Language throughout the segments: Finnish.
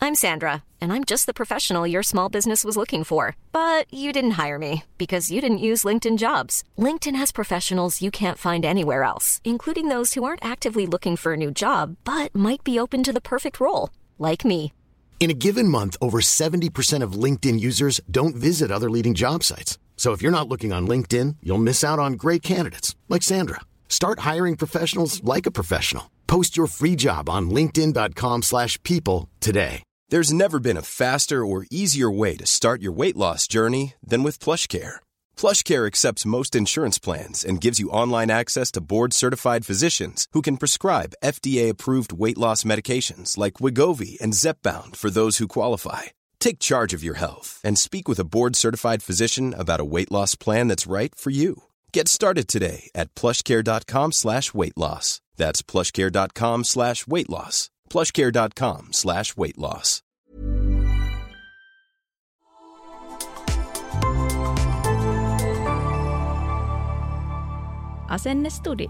I'm Sandra, and I'm just the professional your small business was looking for. But you didn't hire me because you didn't use LinkedIn Jobs. LinkedIn has professionals you can't find anywhere else, including those who aren't actively looking for a new job, but might be open to the perfect role, like me. In a given month, over 70% of LinkedIn users don't visit other leading job sites. So if you're not looking on LinkedIn, you'll miss out on great candidates like Sandra. Start hiring professionals like a professional. Post your free job on linkedin.com/people today. There's never been a faster or easier way to start your weight loss journey than with PlushCare. PlushCare accepts most insurance plans and gives you online access to board-certified physicians who can prescribe FDA-approved weight loss medications like Wegovy and Zepbound for those who qualify. Take charge of your health and speak with a board-certified physician about a weight loss plan that's right for you. Get started today at plushcare.com/weight loss. That's plushcare.com/weight loss. plushcare.com/weight loss. Asennestudio.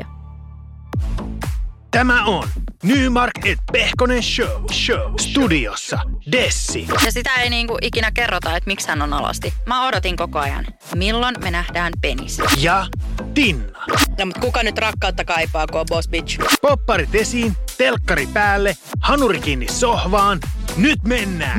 Tämä on Nymark et Pehkonen Show. Studiossa Dessi. Ja sitä ei niinku ikinä kerrota, että miksi hän on alasti. Mä odotin koko ajan. Milloin me nähdään penis? Ja Tinna. No mut kuka nyt rakkautta kaipaa, kun on boss bitch? Popparit esiin, telkkari päälle, hanuri kiinni sohvaan. Nyt mennään.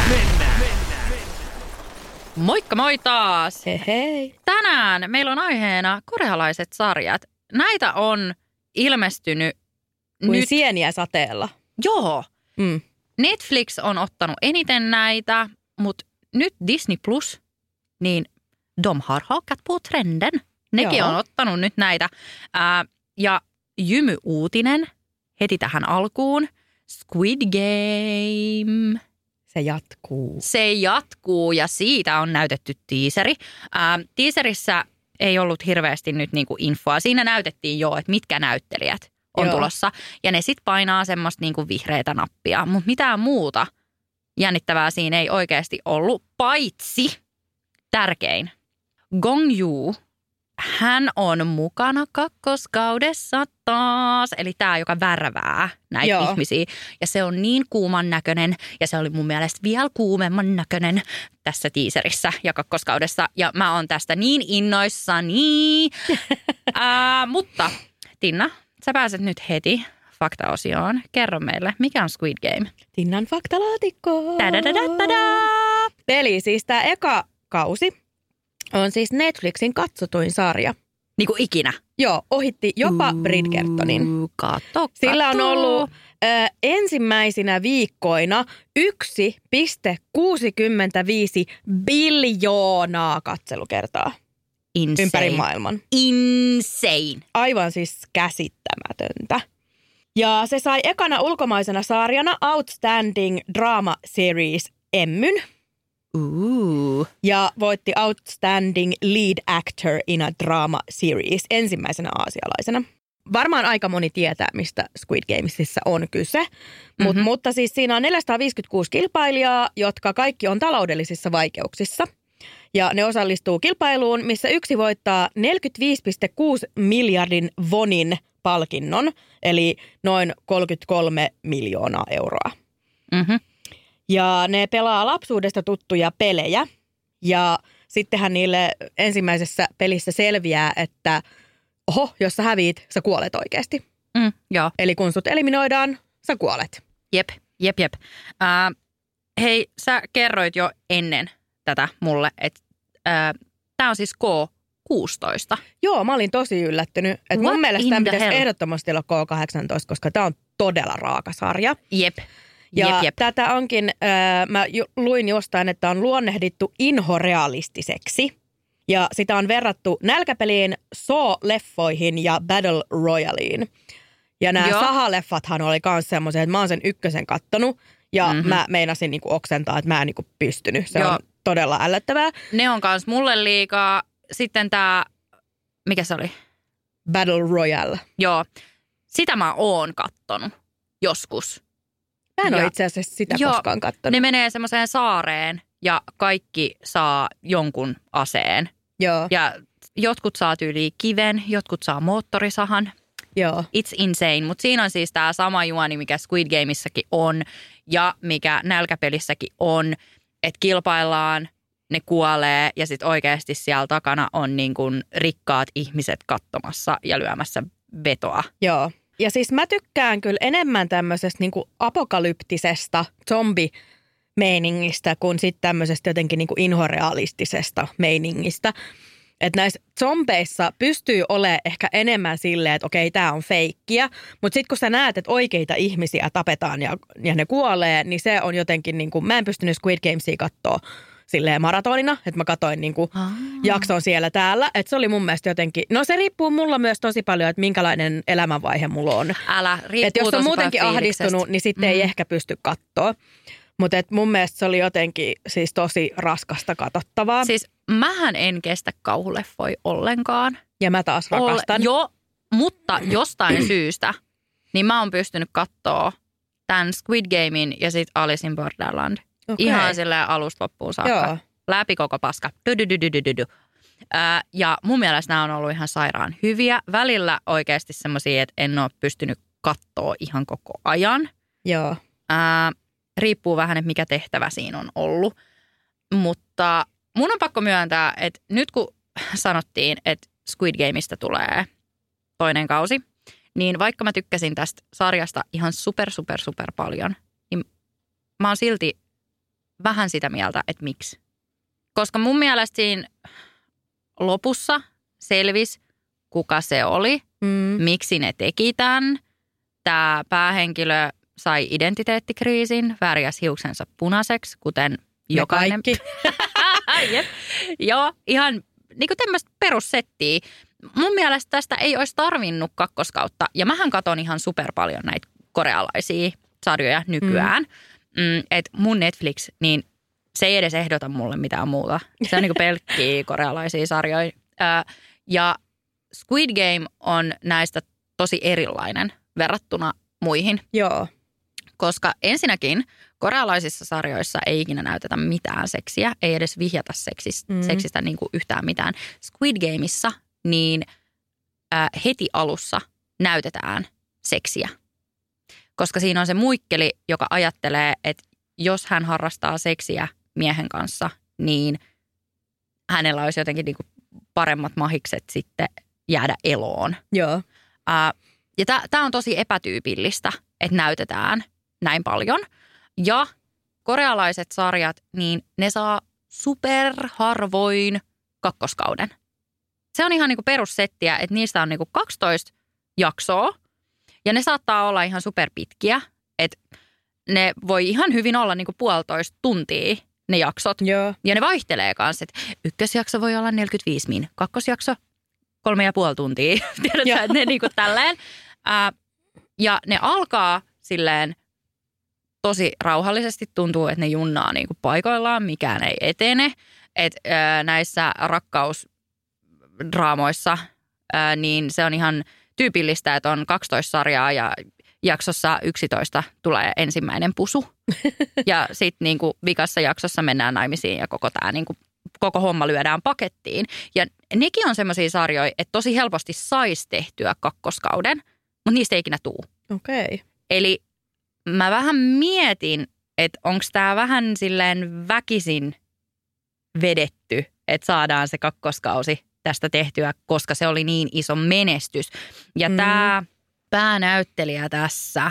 Moikka moi taas! Hei. Tänään meillä on aiheena korealaiset sarjat. Näitä on ilmestynyt Kuin nyt... sieniä sateella. Joo. Mm. Netflix on ottanut eniten näitä, mutta nyt Disney Plus, niin de har hakat på trenden. Nekin Joo. on ottanut nyt näitä. Ja jymy-uutinen heti tähän alkuun. Squid Game. Se jatkuu ja siitä on näytetty tiiseri. Tiiserissä ei ollut hirveästi nyt niinku infoa. Siinä näytettiin jo, että mitkä näyttelijät on tulossa. Ja ne sit painaa semmoista niinku vihreätä nappia. Mutta mitään muuta jännittävää siinä ei oikeasti ollut. Paitsi tärkein. Gong Yoo. Hän on mukana kakkoskaudessa taas. Eli tää, joka värvää näitä ihmisiä. Ja se on niin kuuman näköinen. Ja se oli mun mielestä vielä kuumemman näköinen tässä tiiserissä ja kakkoskaudessa. Ja mä oon tästä niin innoissani. Mutta Tinna, sä pääset nyt heti faktaosioon. Kerro meille, mikä on Squid Game? Tinnan faktalaatikko. Eli siis tää eka kausi on siis Netflixin katsotuin sarja. Niinku ikinä? Joo, ohitti jopa Bridgertonin. Kato. Sillä on ollut ensimmäisinä viikkoina 1,65 biljoonaa katselukertaa. Insane. Ympäri maailman. Insane. Aivan siis käsittämätöntä. Ja se sai ekana ulkomaisena sarjana Outstanding Drama Series Emmyn. Ja voitti Outstanding Lead Actor in a Drama Series ensimmäisenä aasialaisena. Varmaan aika moni tietää, mistä Squid Gamesissa on kyse. Mutta siis siinä on 456 kilpailijaa, jotka kaikki on taloudellisissa vaikeuksissa. Ja ne osallistuu kilpailuun, missä yksi voittaa 45,6 miljardin wonin palkinnon, eli noin 33 miljoonaa euroa. Mm-hmm. Ja ne pelaa lapsuudesta tuttuja pelejä ja sittenhän niille ensimmäisessä pelissä selviää, että jos sä häviit, sä kuolet oikeasti. Joo. Eli kun sut eliminoidaan, sä kuolet. Jep. Hei, sä kerroit jo ennen tätä mulle, että tää on siis K16. Joo, mä olin tosi yllättynyt. Että mun mielestä tämä pitäisi ehdottomasti olla K18, koska tää on todella raaka sarja. Jep. Ja tätä onkin, mä luin jostain, että on luonnehdittu inhorealistiseksi. Ja sitä on verrattu nälkäpeliin, Saw-leffoihin ja Battle Royaliin. Ja nämä Saha-leffathan oli myös semmoisia, että mä oon sen ykkösen kattonut. Ja mä meinasin niinku oksentaa, että mä en niinku pystynyt. Se on todella ällöttävää. Ne on kans mulle liikaa. Sitten tää, mikä se oli? Battle Royale. Joo, sitä mä oon kattonut joskus. Mä en ole itse asiassa sitä koskaan kattonut. Ne menee semmoiseen saareen ja kaikki saa jonkun aseen. Joo. Ja jotkut saa tyyliin kiven, jotkut saa moottorisahan. Joo. It's insane. Mutta siinä on siis tämä sama juoni, mikä Squid Gameissakin on ja mikä nälkäpelissäkin on, että kilpaillaan, ne kuolee ja sitten oikeasti siellä takana on niin kuin rikkaat ihmiset katsomassa ja lyömässä vetoa. Joo. Ja siis mä tykkään kyllä enemmän tämmöisestä niin kuin apokalyptisesta zombimeiningistä kuin sitten tämmöisestä jotenkin niin kuin inhorealistisesta meiningistä. Että näissä zombeissa pystyy olemaan ehkä enemmän silleen, että okei, tää on feikkiä. Mutta sitten kun sä näet, että oikeita ihmisiä tapetaan ja ne kuolee, niin se on jotenkin niin kuin, mä en pystynyt Squid Gamesia katsoa silleen maratonina, että mä katsoin niinku jakson siellä täällä. Että se oli mun mielestä jotenkin, no se riippuu mulla myös tosi paljon, että minkälainen elämänvaihe mulla on. Riippuu jos on muutenkin ahdistunut, niin sitten ei ehkä pysty katsoa. Mutta mun mielestä se oli jotenkin siis tosi raskasta katsottavaa. Siis mähän en kestä kauhuleffoja ollenkaan. Ja mä taas rakastan. Joo, mutta jostain syystä, niin mä oon pystynyt katsoa tämän Squid Gamein ja sit Alice in Borderland. Okay. Ihan silleen alusta loppuun saakka. Joo. Läpi koko paska. Ja mun mielestä nämä on ollut ihan sairaan hyviä. Välillä oikeasti semmoisia, että en ole pystynyt katsoa ihan koko ajan. Joo. Riippuu vähän, että mikä tehtävä siinä on ollut. Mutta mun on pakko myöntää, että nyt kun sanottiin, että Squid Gameista tulee toinen kausi, niin vaikka mä tykkäsin tästä sarjasta ihan super paljon, niin mä oon silti vähän sitä mieltä, että miksi. Koska mun mielestä siinä lopussa selvisi, kuka se oli, miksi ne teki tämän. Tämä päähenkilö sai identiteettikriisin, värjäsi hiuksensa punaiseksi, kuten jokainen. Jep. Joo, ihan niin kuin tämmöistä perussettiä. Mun mielestä tästä ei olisi tarvinnut kakkoskautta. Ja mähän katon ihan super paljon näitä korealaisia sarjoja nykyään. Että mun Netflix, niin se ei edes ehdota mulle mitään muuta. Se on niin kuin pelkkiä korealaisia sarjoja. Ja Squid Game on näistä tosi erilainen verrattuna muihin. Joo. Koska ensinnäkin korealaisissa sarjoissa ei ikinä näytetä mitään seksiä, ei edes vihjata seksistä niin kuin yhtään mitään. Squid Gameissa niin heti alussa näytetään seksiä. Koska siinä on se muikkeli, joka ajattelee, että jos hän harrastaa seksiä miehen kanssa, niin hänellä olisi jotenkin niin kuin paremmat mahikset sitten jäädä eloon. Joo. Ja tämä on tosi epätyypillistä, että näytetään näin paljon. Ja korealaiset sarjat, niin ne saa superharvoin kakkoskauden. Se on ihan niin kuin perussettiä, että niistä on niin kuin 12 jaksoa. Ja ne saattaa olla ihan superpitkiä, että ne voi ihan hyvin olla niin kuin 1,5 tuntia ne jaksot. Joo. Ja ne vaihtelee kanssa, että ykkösjakso voi olla 45 min, kakkosjakso 3,5 tuntia. Tiedätkö, että ne niin kuin tälleen. Ja ne alkaa silleen tosi rauhallisesti, tuntuu, että ne junnaa niin kuin paikoillaan, mikään ei etene. Että näissä rakkausdraamoissa, niin se on ihan tyypillistä, että on 12 sarjaa ja jaksossa 11 tulee ensimmäinen pusu. Ja sitten niinku vikassa jaksossa mennään naimisiin ja koko homma lyödään pakettiin. Ja nekin on semmoisia sarjoja, että tosi helposti saisi tehtyä kakkoskauden, mutta niistä ei ikinä tuu. Okei. Okay. Eli mä vähän mietin, että onko tämä vähän silleen väkisin vedetty, että saadaan se kakkoskausi tästä tehtyä, koska se oli niin iso menestys. Ja tämä päänäyttelijä tässä,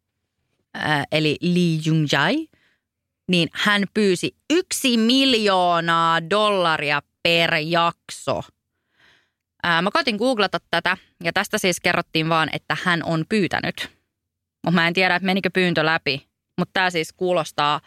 eli Lee Jung-jae, niin hän pyysi $1 miljoonaa per jakso. Mä koitin googlata tätä ja tästä siis kerrottiin vaan, että hän on pyytänyt. Mutta mä en tiedä, että menikö pyyntö läpi, mutta tämä siis kuulostaa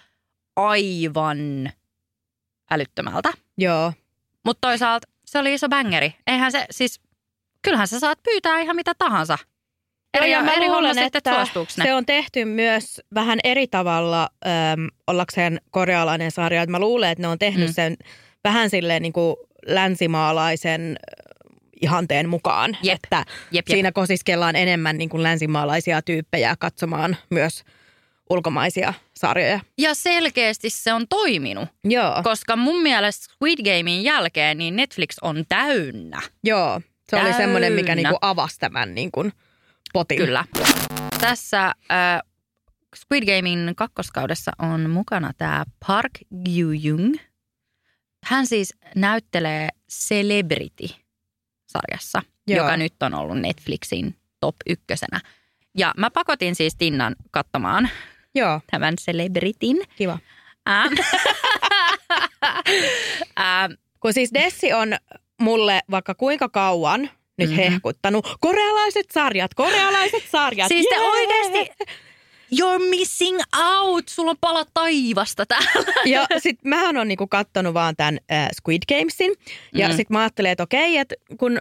aivan älyttömältä. Joo. Mutta toisaalta se oli iso bängeri. Eihän se siis, kyllähän sä saat pyytää ihan mitä tahansa. Mä luulen, että se on tehty myös vähän eri tavalla ollakseen korealainen sarja. Mä luulen, että ne on tehnyt sen vähän silleen niin kuin länsimaalaisen ihanteen mukaan. Että siinä kosiskellaan enemmän niin kuin länsimaalaisia tyyppejä katsomaan myös ulkomaisia sarjoja. Ja selkeästi se on toiminut. Joo. Koska mun mielestä Squid Gamein jälkeen niin Netflix on täynnä. Joo, se oli semmoinen, mikä niinku avasi tämän niinku potin. Kyllä. Tässä Squid Gamein kakkoskaudessa on mukana tämä Park Gyu-jung. Hän siis näyttelee Celebrity-sarjassa, joka nyt on ollut Netflixin top 1. Ja mä pakotin siis Tinnan katsomaan tämän Celebrityn. Kiva. Kun siis Dessi on mulle vaikka kuinka kauan nyt hehkuttanut. Korealaiset sarjat. Siis te oikeasti, you're missing out. Sulla on pala taivasta täällä. Ja sit mähän on niinku kattonut vaan tämän Squid Gamesin. Ja sit mä ajattelen, että okei, että kun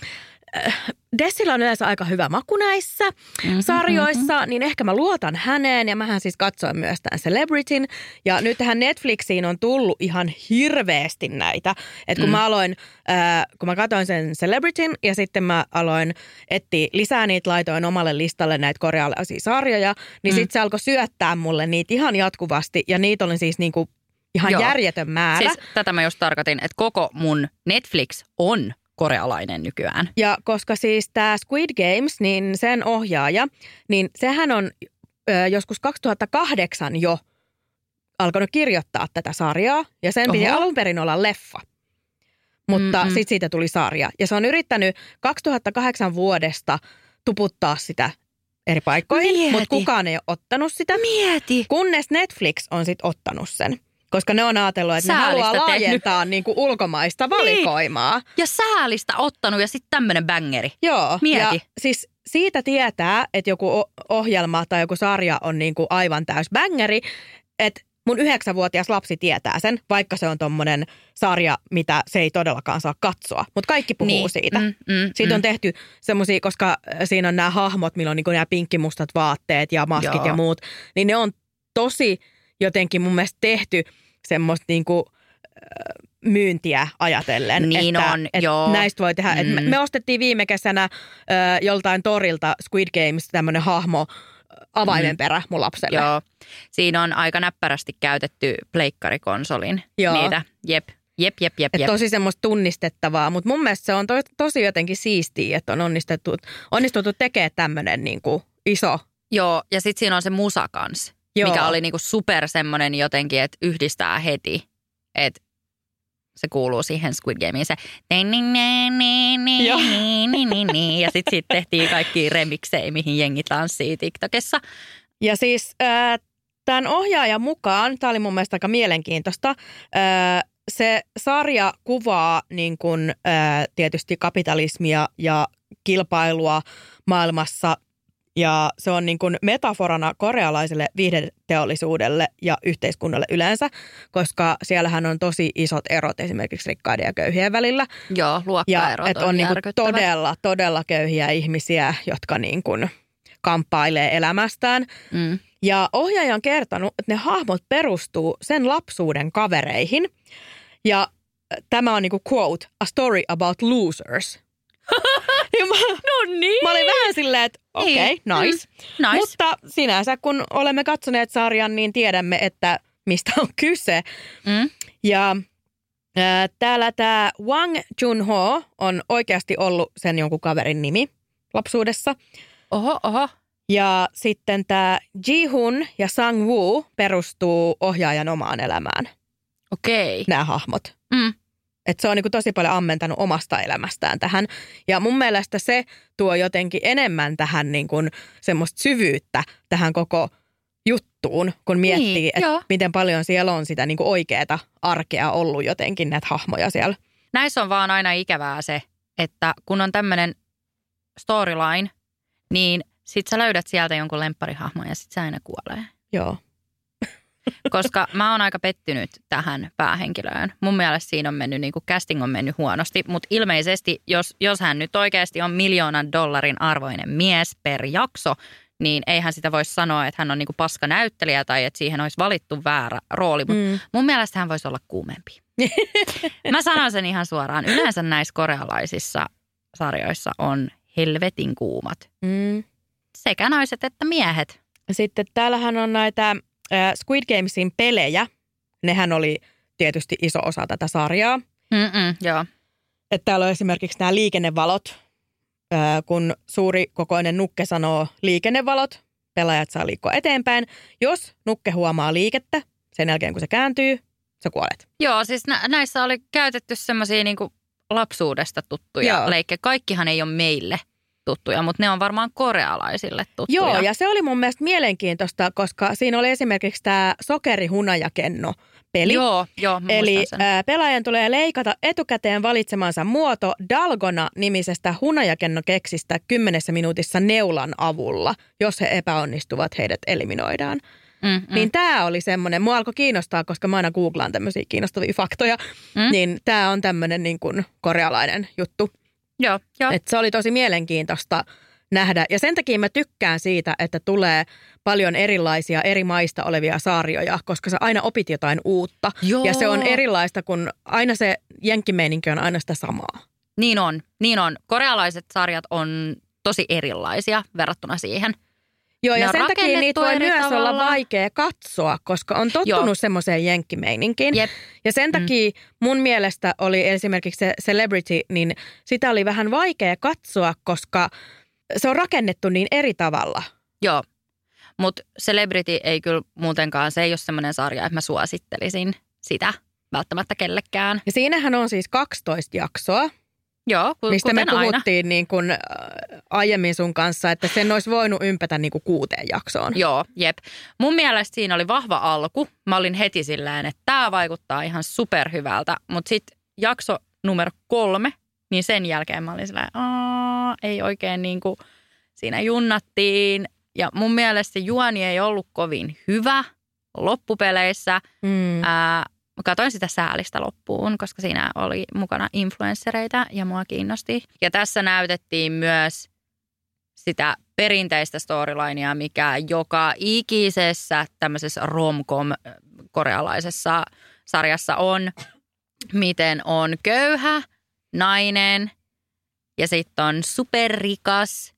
Dessillä on yleensä aika hyvä maku näissä sarjoissa, niin ehkä mä luotan häneen. Ja mähän siis katsoin myös tämän Celebrityn. Ja nyt tähän Netflixiin on tullut ihan hirveästi näitä. Että kun mä aloin, kun mä katsoin sen Celebrityn ja sitten mä aloin etsiä lisää niitä, laitoin omalle listalle näitä korealaisia sarjoja, niin sitten se alkoi syöttää mulle niitä ihan jatkuvasti. Ja niitä oli siis niinku ihan järjetön määrä. Siis tätä mä just tarkoitin, että koko mun Netflix on korealainen nykyään. Ja koska siis tämä Squid Games, niin sen ohjaaja, niin sehän on joskus 2008 jo alkanut kirjoittaa tätä sarjaa. Ja sen piti alun perin olla leffa. Mutta sitten siitä tuli sarja. Ja se on yrittänyt 2008 vuodesta tuputtaa sitä eri paikkoihin, mutta kukaan ei ole ottanut sitä. Kunnes Netflix on sitten ottanut sen. Koska ne on ajatellut, että ne haluaa laajentaa niinku ulkomaista valikoimaa. Ja säälistä ottanut ja sitten tämmöinen bängeri. Joo. Mieti. Ja siis siitä tietää, että joku ohjelma tai joku sarja on niinku aivan täys bängeri. Että mun 9-vuotias lapsi tietää sen, vaikka se on tommonen sarja, mitä se ei todellakaan saa katsoa. Mutta kaikki puhuu siitä. Siitä on tehty semmosia, koska siinä on nämä hahmot, millä on niinku nämä pinkkimustat vaatteet ja maskit ja muut. Niin ne on tosi jotenkin mun mielestä tehty semmoista niinku myyntiä ajatellen. Niin että, on, että joo. Näistä voi tehdä. Me ostettiin viime kesänä joltain torilta Squid Games tämmöinen hahmo avaimenperä mun lapselle. Joo, siinä on aika näppärästi käytetty pleikkarikonsolin niitä. Jep. Tosi semmoista tunnistettavaa, mutta mun mielestä se on tosi jotenkin siistiä, että on onnistuttu tekemään tämmöinen niinku iso. Joo, ja sitten siinä on se musa kans. Mikä oli niinku super semmoinen jotenkin, että yhdistää heti, että se kuuluu siihen Squid Gameen se ja sitten siitä tehtiin kaikki remiksejä, mihin jengi tanssii TikTokissa. Ja siis tämän ohjaajan mukaan, tämä oli mun mielestä aika mielenkiintoista, se sarja kuvaa niin kuin, tietysti kapitalismia ja kilpailua maailmassa. Ja se on niin kuin metaforana korealaiselle viihdeteollisuudelle ja yhteiskunnalle yleensä, koska siellähän on tosi isot erot esimerkiksi rikkaiden ja köyhien välillä. Joo, luokkaerot ja on niin kuin todella köyhiä ihmisiä, jotka niin kuin kamppailee elämästään. Ja ohjaaja on kertonut, että ne hahmot perustuu sen lapsuuden kavereihin. Ja tämä on niin kuin quote, a story about losers. Mä olin vähän silleen, että okei, nice. Mutta sinänsä, kun olemme katsoneet sarjan, niin tiedämme, että mistä on kyse. Ja täällä tämä Wang Junho on oikeasti ollut sen jonkun kaverin nimi lapsuudessa. Oho. Ja sitten tämä Ji-hun ja Sang-woo perustuu ohjaajan omaan elämään. Okei. Nämä hahmot. Että se on niinku tosi paljon ammentanut omasta elämästään tähän. Ja mun mielestä se tuo jotenkin enemmän tähän niinku semmoista syvyyttä tähän koko juttuun, kun miettii, että miten paljon siellä on sitä niinku oikeaa arkea ollut jotenkin näitä hahmoja siellä. Näissä on vaan aina ikävää se, että kun on tämmöinen storyline, niin sit sä löydät sieltä jonkun lempparihahmon ja sit se aina kuolee. Joo. Koska mä oon aika pettynyt tähän päähenkilöön. Mun mielestä siinä on mennyt, niin kuin casting on mennyt huonosti, mutta ilmeisesti, jos hän nyt oikeasti on $1 miljoonan arvoinen mies per jakso, niin eihän sitä voisi sanoa, että hän on niin kuin paskanäyttelijä tai että siihen olisi valittu väärä rooli. Mutta mun mielestä hän voisi olla kuumempi. Mä sanon sen ihan suoraan. Yleensä näissä korealaisissa sarjoissa on helvetin kuumat. Sekä naiset että miehet. Sitten täällähän on näitä Squid Gamesin pelejä. Nehän oli tietysti iso osa tätä sarjaa. Joo. Että täällä on esimerkiksi nämä liikennevalot. kun suuri kokoinen nukke sanoo liikennevalot, pelaajat saa liikkua eteenpäin. Jos nukke huomaa liikettä, sen jälkeen kun se kääntyy, sä kuolet. Joo, siis näissä oli käytetty semmoisia niinku lapsuudesta tuttuja leikkejä. Kaikkihan ei ole meille tuttuja, mutta ne on varmaan korealaisille tuttuja. Joo, ja se oli mun mielestä mielenkiintoista, koska siinä oli esimerkiksi tämä sokerihunajakenno-peli. Joo, mä eli muistan sen. pelaajan tulee leikata etukäteen valitsemansa muoto Dalgona-nimisestä hunajakennokeksistä 10 minuutissa neulan avulla. Jos he epäonnistuvat, heidät eliminoidaan. Niin tämä oli semmoinen, mua alkoi kiinnostaa, koska mä aina googlaan tämmöisiä kiinnostavia faktoja, niin tämä on tämmöinen niin kuin korealainen juttu. Joo. Et se oli tosi mielenkiintoista nähdä. Ja sen takia mä tykkään siitä, että tulee paljon erilaisia eri maista olevia sarjoja, koska sä aina opit jotain uutta. Joo. Ja se on erilaista, kun aina se jenkkimeininki on aina sitä samaa. Niin on. Korealaiset sarjat on tosi erilaisia verrattuna siihen. Joo, Ne ja on sen takia niitä voi eri myös tavalla. olla vaikea katsoa, koska on tottunut semmoiseen jenkkimeininkiin. Jep. Ja sen takia mun mielestä oli esimerkiksi se Celebrity, niin sitä oli vähän vaikea katsoa, koska se on rakennettu niin eri tavalla. Joo, mutta Celebrity ei kyllä muutenkaan, se ei ole semmoinen sarja, että mä suosittelisin sitä välttämättä kellekään. Ja siinähän on siis 12 jaksoa. Joo, mistä me kuten aina. puhuttiin niin kuin aiemmin sun kanssa, että sen olisi voinut ympätä niin kuin 6 jaksoon. Joo, jep. Mun mielestä siinä oli vahva alku. Mä olin heti silleen, että tää vaikuttaa ihan superhyvältä. Mutta sitten jakso numero 3, niin sen jälkeen mä olin silleen, ei oikein niin kuin siinä junnattiin. Ja mun mielestä se juoni ei ollut kovin hyvä loppupeleissä. Mä katsoin sitä säälistä loppuun, koska siinä oli mukana influenssereita ja mua kiinnosti. Ja tässä näytettiin myös sitä perinteistä storylinea, mikä joka ikisessä tämmöisessä rom-com korealaisessa sarjassa on. Miten on köyhä nainen ja sitten on superrikas,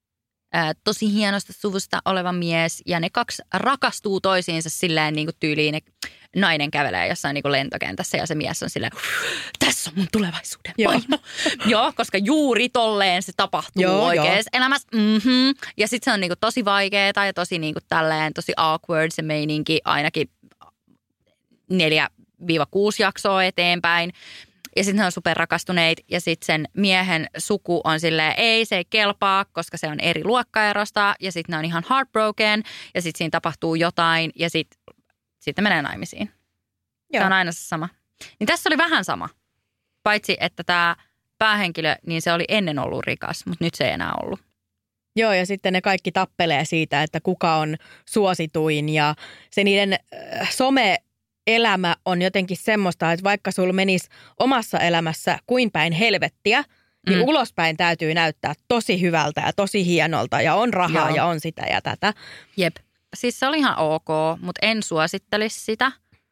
tosi hienosta suvusta oleva mies. Ja ne 2 rakastuu toisiinsa silleen niin kuin tyyliin. Nainen kävelee jossain niin kuin lentokentässä ja se mies on silleen, tässä on mun tulevaisuuden vaimo. Joo, koska juuri tolleen se tapahtuu oikeassa elämässä. Ja sitten se on niin kuin tosi vaikeaa ja tosi niin kuin tälleen, tosi awkward se meininki ainakin 4-6 jaksoa eteenpäin. Ja sitten ne on superrakastuneita ja sitten sen miehen suku on silleen, ei se ei kelpaa, koska se on eri luokkaerosta. Ja sitten ne on ihan heartbroken ja sitten siinä tapahtuu jotain ja sitten menee naimisiin. Joo. Se on aina se sama. Niin tässä oli vähän sama. Paitsi, että tämä päähenkilö, niin se oli ennen ollut rikas, mutta nyt se ei enää ollut. Joo, ja sitten ne kaikki tappelee siitä, että kuka on suosituin. Ja se niiden some-elämä on jotenkin semmoista, että vaikka sulla menisi omassa elämässä kuin päin helvettiä, niin ulospäin täytyy näyttää tosi hyvältä ja tosi hienolta ja on rahaa ja on sitä ja tätä. Jep. Siis se oli ihan ok, mutta en suosittelisi sitä,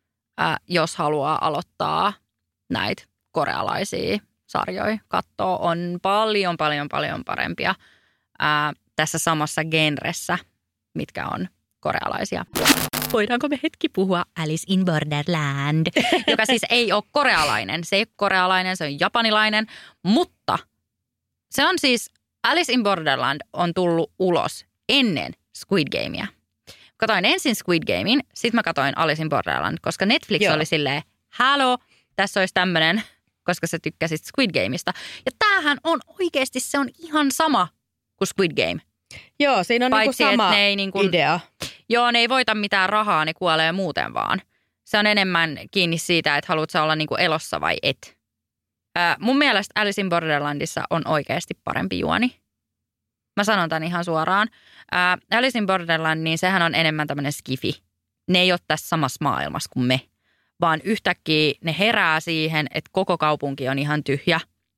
jos haluaa aloittaa näitä korealaisia sarjoja. Katsoa on paljon parempia tässä samassa genressä, mitkä on korealaisia. Voidaanko me hetki puhua Alice in Borderland, joka siis ei ole korealainen. Se ei ole korealainen, se on japanilainen, mutta se on siis, Alice in Borderland on tullut ulos ennen Squid Gamea. Katoin ensin Squid Gamein, sitten mä katoin Alice in Borderland, koska Netflix oli silleen, halo, tässä olisi tämmöinen, koska sä tykkäsit Squid Gameista. Ja tämähän on oikeasti, se on ihan sama kuin Squid Game. Joo, siinä on paitsi, niinku sama idea. Joo, ne ei voita mitään rahaa, ne kuolee muuten vaan. Se on enemmän kiinni siitä, että haluat sä olla niinku elossa vai et. Mun mielestä Alice in Borderlandissa on oikeasti parempi juoni. Mä sanon tämän ihan suoraan. Alice in Borderland, niin sehän on enemmän tämmöinen skifi. Ne ei ole tässä samassa maailmassa kuin me, vaan yhtäkkiä ne herää siihen, että koko kaupunki on ihan tyhjä.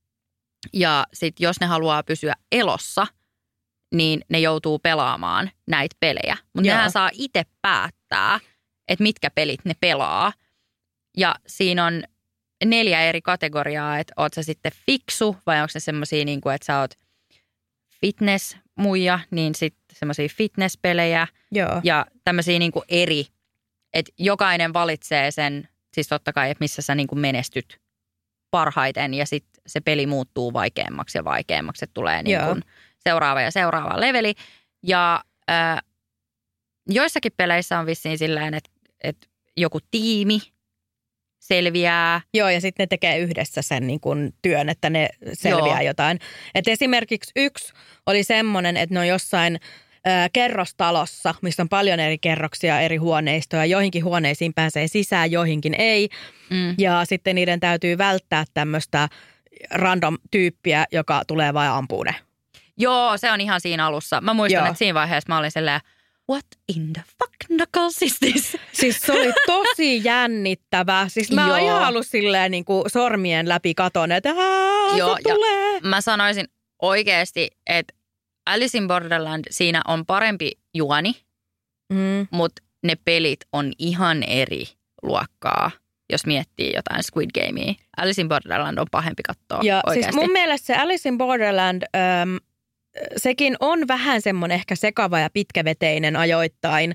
Ja sitten jos ne haluaa pysyä elossa, niin ne joutuu pelaamaan näitä pelejä. Mutta nehän saa itse päättää, että mitkä pelit ne pelaa. Ja siinä on 4 eri kategoriaa, että oot sä sitten fiksu vai onko se semmosia niin kuin, että sä oot fitness-muija, niin sitten semmoisia fitnesspelejä ja tämmöisiä niin kuin eri, että jokainen valitsee sen, siis totta kai, että missä sä niin kuin menestyt parhaiten ja sitten se peli muuttuu vaikeammaksi ja vaikeammaksi. Että tulee niin kuin seuraava ja seuraava leveli. Ja joissakin peleissä on vissiin silleen, että joku tiimi selviää. Joo, ja sitten ne tekee yhdessä sen niin kuin työn, että ne selviää jotain. Et esimerkiksi yksi oli semmoinen, että ne on jossain kerrostalossa, missä on paljon eri kerroksia, eri huoneistoja. Joihinkin huoneisiin pääsee sisään, joihinkin ei. Ja sitten niiden täytyy välttää tämmöistä random-tyyppiä, joka tulee vai ampuu ne. Joo, se on ihan siinä alussa. Mä muistan, että siinä vaiheessa mä olin silleen, what in the fuck knuckles is this? Siis se oli tosi jännittävää. Siis mä oon ihan ollut silleen niin kuin sormien läpi katon, että se tulee. Mä sanoisin oikeasti, että Alice in Borderland, siinä on parempi juoni, mutta ne pelit on ihan eri luokkaa, jos miettii jotain Squid Gamea. Alice in Borderland on pahempi katsoa oikeasti. Siis mun mielestä se Alice in Borderland, sekin on vähän semmoinen ehkä sekava ja pitkäveteinen ajoittain.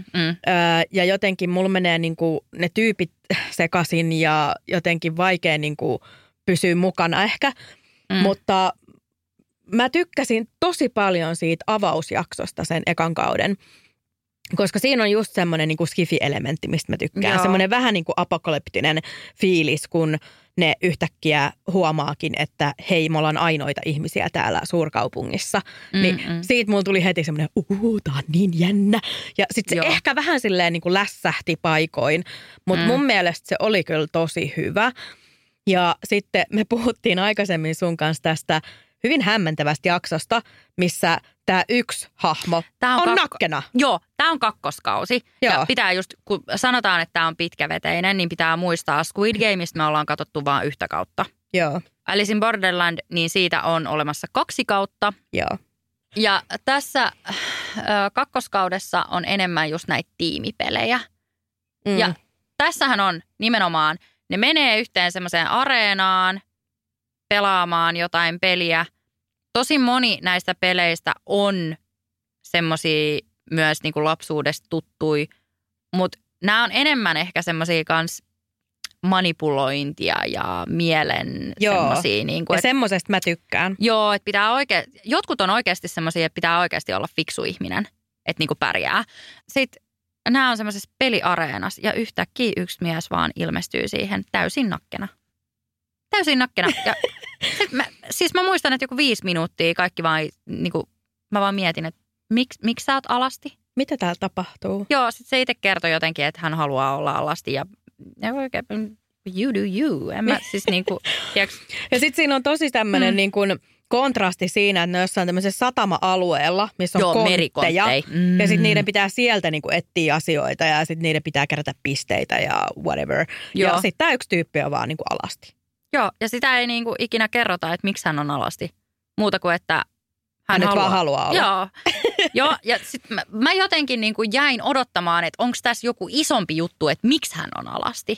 Ja jotenkin mulla menee niinku ne tyypit sekaisin ja jotenkin vaikea niinku pysyä mukana ehkä. Mutta mä tykkäsin tosi paljon siitä avausjaksosta sen ekan kauden, koska siinä on just semmoinen niin kuin skifi-elementti, mistä mä tykkään. Joo. Semmoinen vähän niin kuin apokalyptinen fiilis, kun ne yhtäkkiä huomaakin, että hei, me ollaan ainoita ihmisiä täällä suurkaupungissa. Niin siitä mulla tuli heti semmoinen, tää on niin jännä. Ja sitten se ehkä vähän silleen niin kuin lässähti paikoin, mutta mun mielestä se oli kyllä tosi hyvä. Ja sitten me puhuttiin aikaisemmin sun kanssa tästä hyvin hämmentävästä jaksosta, missä tämä yksi hahmo on nakkena. Joo, tämä on kakkoskausi. Joo. Ja pitää just, kun sanotaan, että tämä on pitkäveteinen, niin pitää muistaa Squid Gameista me ollaan katsottu vain yhtä kautta. Joo. Alice in Borderland, niin siitä on olemassa 2 kautta. Joo. Ja tässä kakkoskaudessa on enemmän just näitä tiimipelejä. Ja tässähän on nimenomaan, ne menee yhteen semmoiseen areenaan, pelaamaan jotain peliä. Tosi moni näistä peleistä on semmosia myös niin kuin lapsuudesta tuttui, mutta nämä on enemmän ehkä semmosia kans manipulointia ja mielen semmosia. Niin kuin, ja semmosesta mä tykkään. Joo, että pitää jotkut on oikeasti semmosia, että pitää oikeasti olla fiksu ihminen, että niin kuin pärjää. Sitten nämä on semmoisessa peliareenassa ja yhtäkkiä yksi mies vaan ilmestyy siihen täysin nakkena. Täysin nakkena. Ja siis mä muistan, että joku 5 minuuttia kaikki vaan, niin kuin, mä vaan mietin, että miksi sä oot alasti? Mitä täällä tapahtuu? Joo, sit se itse kertoi jotenkin, että hän haluaa olla alasti ja oikein, you do you. En mä siis niinku, ja sit siinä on tosi tämmönen niin kuin kontrasti siinä, että ne on jossain tämmöisessä satama-alueella, missä on kontteja. Ja sitten niiden pitää sieltä niinku etsiä asioita ja sitten niiden pitää kerätä pisteitä ja whatever. Joo. Ja sitten tämä yksi tyyppi on vaan niinku alasti. Joo, ja sitä ei niinku ikinä kerrota, että miksi hän on alasti. Muuta kuin, että hän nyt vaan haluaa olla. Joo, joo, ja sitten mä jotenkin niinku jäin odottamaan, että onko tässä joku isompi juttu, että miksi hän on alasti.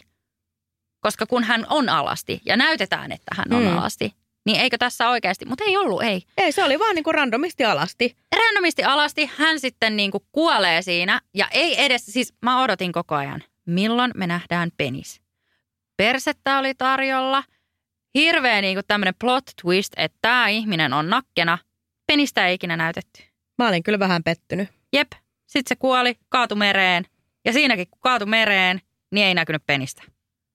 Koska kun hän on alasti ja näytetään, että hän on alasti, niin eikö tässä oikeasti, mutta ei ollut, ei. Ei, se oli vaan niinku randomisti alasti. Randomisti alasti, hän sitten niinku kuolee siinä ja ei edes, siis mä odotin koko ajan, milloin me nähdään penis. Persettä oli tarjolla, hirveä niinku tämmöinen plot twist, että tämä ihminen on nakkena, penistä ei ikinä näytetty. Mä olin kyllä vähän pettynyt. Jep, sitten se kuoli, kaatui mereen ja siinäkin kun kaatui mereen, niin ei näkynyt penistä.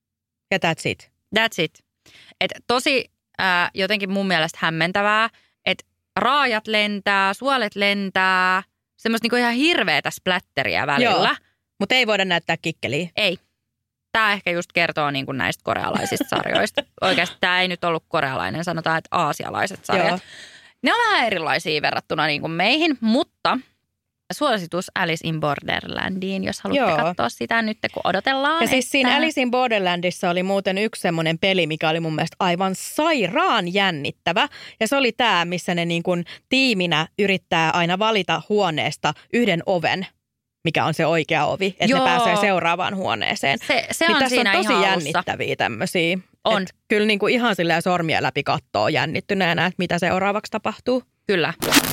Ja that's it. That's it. Et tosi jotenkin mun mielestä hämmentävää, että raajat lentää, suolet lentää, semmoista niinku ihan hirveätä splätteriä välillä. Mutta ei voida näyttää kikkeliä. Ei. Tämä ehkä just kertoo niinku näistä korealaisista sarjoista. Oikeasti tämä ei nyt ollut korealainen, sanotaan, että aasialaiset sarjat. Joo. Ne on vähän erilaisia verrattuna niinku meihin, mutta suositus Alice in Borderlandiin, jos haluatte katsoa sitä nyt, kun odotellaan. Ja siis siinä Alice in Borderlandissa oli muuten yksi semmoinen peli, mikä oli mun mielestä aivan sairaan jännittävä. Ja se oli tämä, missä ne niin kuin tiiminä yrittää aina valita huoneesta yhden oven, mikä on se oikea ovi, että ne pääsee seuraavaan huoneeseen. Se on tässä siinä on tosi ihan jännittäviä tämmöisiä. On. Kyllä niin kuin ihan silleen sormia läpi kattoo jännittyneenä, että mitä seuraavaksi tapahtuu. Kyllä.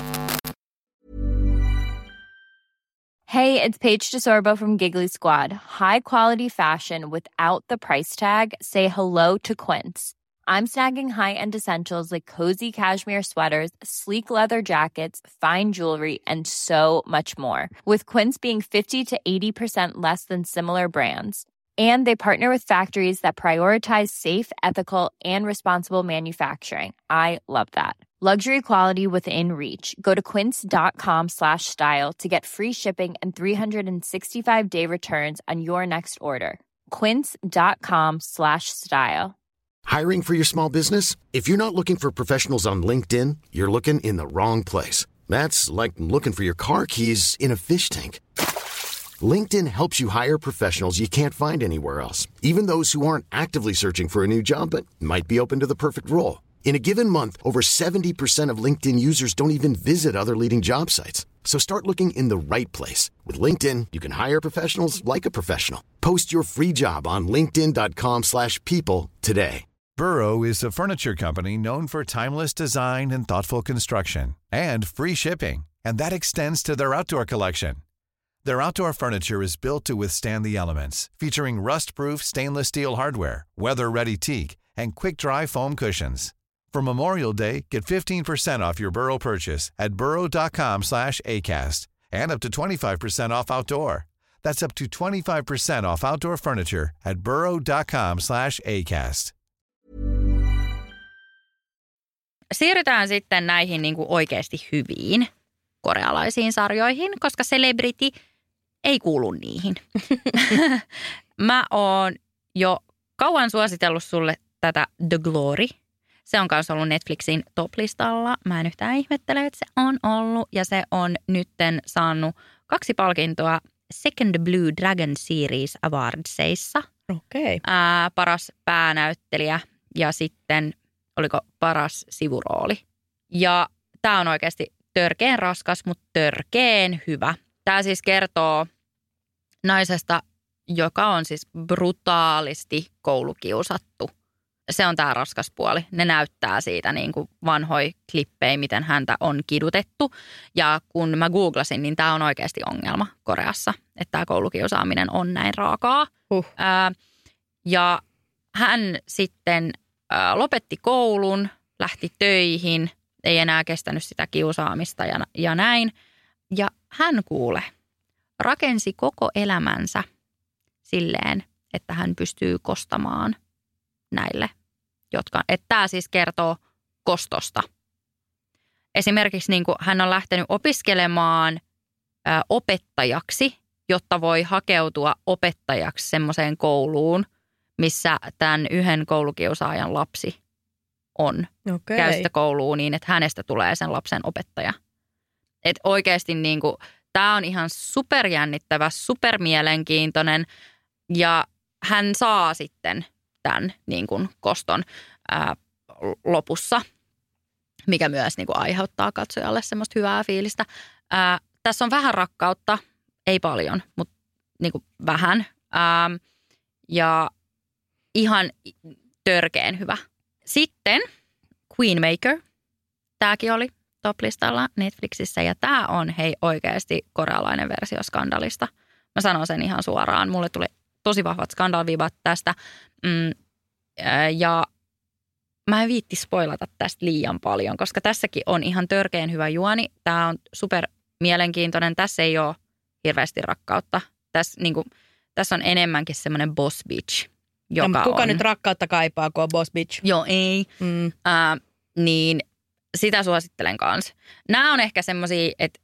Hey, it's Paige DeSorbo from Giggly Squad. High quality fashion without the price tag. Say hello to Quince. I'm snagging high-end essentials like cozy cashmere sweaters, sleek leather jackets, fine jewelry, and so much more. With Quince being 50 to 80% less than similar brands. And they partner with factories that prioritize safe, ethical, and responsible manufacturing. I love that. Luxury quality within reach. Go to quince.com/style to get free shipping and 365-day returns on your next order. Quince.com/style. Hiring for your small business? If you're not looking for professionals on LinkedIn, you're looking in the wrong place. That's like looking for your car keys in a fish tank. LinkedIn helps you hire professionals you can't find anywhere else, even those who aren't actively searching for a new job but might be open to the perfect role. In a given month, over 70% of LinkedIn users don't even visit other leading job sites. So start looking in the right place. With LinkedIn, you can hire professionals like a professional. Post your free job on linkedin.com/people today. Burrow is a furniture company known for timeless design and thoughtful construction and free shipping, and that extends to their outdoor collection. Their outdoor furniture is built to withstand the elements, featuring rust-proof stainless steel hardware, weather-ready teak, and quick-dry foam cushions. For Memorial Day, get 15% off your Burrow purchase at burrow.com/acast and up to 25% off outdoor. That's up to 25% off outdoor furniture at burrow.com/acast. Siirrytään sitten näihin niin kuin oikeasti hyviin korealaisiin sarjoihin, koska Celebrity ei kuulu niihin. Mä oon jo kauan suositellut sulle tätä The Glory. Se on kanssa ollut Netflixin top-listalla. Mä en yhtään ihmettele, että se on ollut. Ja se on nytten saanut 2 palkintoa Second Blue Dragon Series Awardsissa. Okei. Paras päänäyttelijä ja sitten oliko paras sivurooli. Ja tää on oikeasti törkeen raskas, mutta törkeen hyvä. Tää siis kertoo naisesta, joka on siis brutaalisti koulukiusattu. Se on tää raskas puoli. Ne näyttää siitä niin kuin vanhoja klippejä, miten häntä on kidutettu. Ja kun mä googlasin, niin tää on oikeasti ongelma Koreassa, että tää koulukiusaaminen on näin raakaa. Ja hän sitten lopetti koulun, lähti töihin, ei enää kestänyt sitä kiusaamista ja näin. Ja hän rakensi koko elämänsä silleen, että hän pystyy kostamaan näille, että tämä siis kertoo kostosta. Esimerkiksi niin kuin hän on lähtenyt opiskelemaan opettajaksi, jotta voi hakeutua opettajaksi semmoiseen kouluun, missä tämän yhden koulukiusaajan lapsi on. Okay. Käy sitä kouluun niin, että hänestä tulee sen lapsen opettaja. Että oikeasti niin kuin, tämä on ihan superjännittävä, supermielenkiintoinen ja hän saa sitten tämän niin kuin koston lopussa, mikä myös niin kuin aiheuttaa katsojalle semmoista hyvää fiilistä. Tässä on vähän rakkautta, ei paljon, mutta niin kuin vähän ja ihan törkeen hyvä. Sitten Queenmaker, tämäkin oli top-listalla Netflixissä ja tämä on oikeasti korealainen versio Skandalista. Mä sanon sen ihan suoraan, mulle tuli tosi vahvat skandalvivat tästä ja mä en viitti spoilata tästä liian paljon, koska tässäkin on ihan törkeen hyvä juoni. Tämä on super mielenkiintoinen, tässä ei ole hirveästi rakkautta. Tässä on enemmänkin semmoinen boss bitch. Kuka on nyt rakkautta kaipaa, kun on boss bitch? Joo, ei. Niin sitä suosittelen kanssa. Nämä on ehkä semmosia, että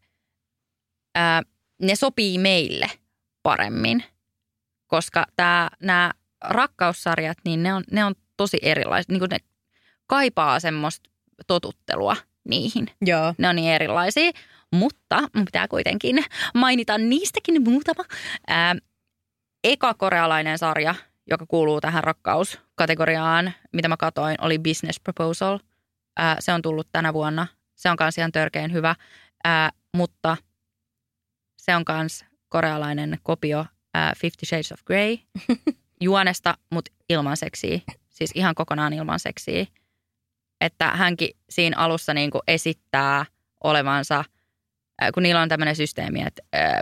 ne sopii meille paremmin, koska nämä rakkaussarjat, niin ne on tosi erilaiset. Niin ne kaipaa semmoista totuttelua niihin. Joo. Ne on niin erilaisia, mutta mun pitää kuitenkin mainita niistäkin muutama. Eka korealainen sarja, joka kuuluu tähän rakkauskategoriaan, mitä mä katoin, oli Business Proposal. Se on tullut tänä vuonna. Se on kans ihan törkeen hyvä, mutta se on kans korealainen kopio 50 Shades of Grey juonesta, mutta ilman seksiä. Siis ihan kokonaan ilman seksiä. Että hänkin siinä alussa niinku esittää olevansa, kun niillä on tämmöinen systeemi, että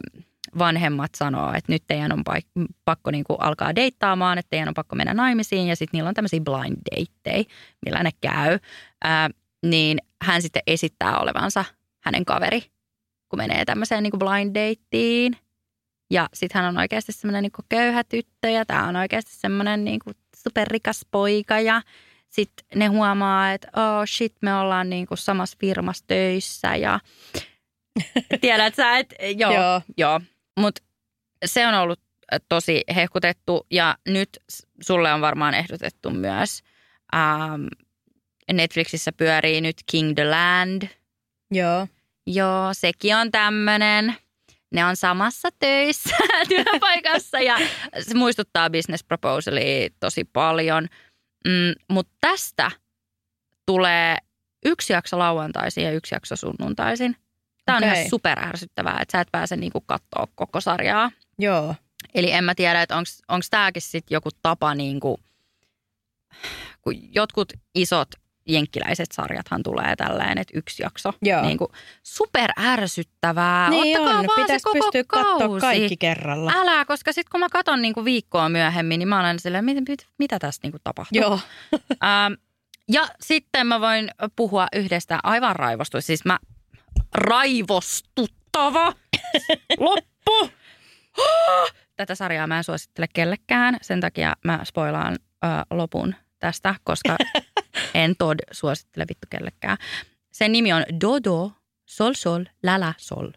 vanhemmat sanoo, että nyt teidän on pakko niin kuin alkaa deittaamaan, että teidän on pakko mennä naimisiin ja sitten niillä on tämmöisiä blind dateja, millä ne käy. Niin hän sitten esittää olevansa hänen kaveri, kun menee tämmöiseen niin kuin blind dateen. Ja sitten hän on oikeasti semmoinen niin kuin köyhä tyttö ja tämä on oikeasti semmoinen niin kuin superrikas poika ja sitten ne huomaa, että oh shit, me ollaan niin kuin samassa firmassa töissä ja tiedät sä, että joo. Mutta se on ollut tosi hehkutettu ja nyt sulle on varmaan ehdotettu myös. Netflixissä pyörii nyt King the Land. Joo, sekin on tämmöinen. Ne on samassa töissä työpaikassa ja se muistuttaa Business Proposalia tosi paljon. Mutta tästä tulee 1 jakso lauantaisin ja 1 jakso sunnuntaisin. Tämä on ihan superärsyttävää, että sä et pääse niinku katsoa koko sarjaa. Joo. Eli en mä tiedä, että onko tämäkin sitten joku tapa, niinku, kun jotkut isot jenkkiläiset sarjathan tulee tälleen, että 1 jakso. Niinku, superärsyttävää. Niin ottakaa on, vaan pitäisi se koko pystyä katsoa kaikki kerralla. Älä, koska sitten kun mä katson niinku viikkoa myöhemmin, niin mä olen silleen, mitä tästä niinku tapahtuu. Joo. Ja sitten mä voin puhua yhdestä aivan raivostuista. Siis raivostuttava loppu. Tätä sarjaa mä en suosittele kellekään. Sen takia mä spoilaan lopun tästä, koska en suosittele vittu kellekään. Sen nimi on Dodo, Sol Sol, Lala Sol.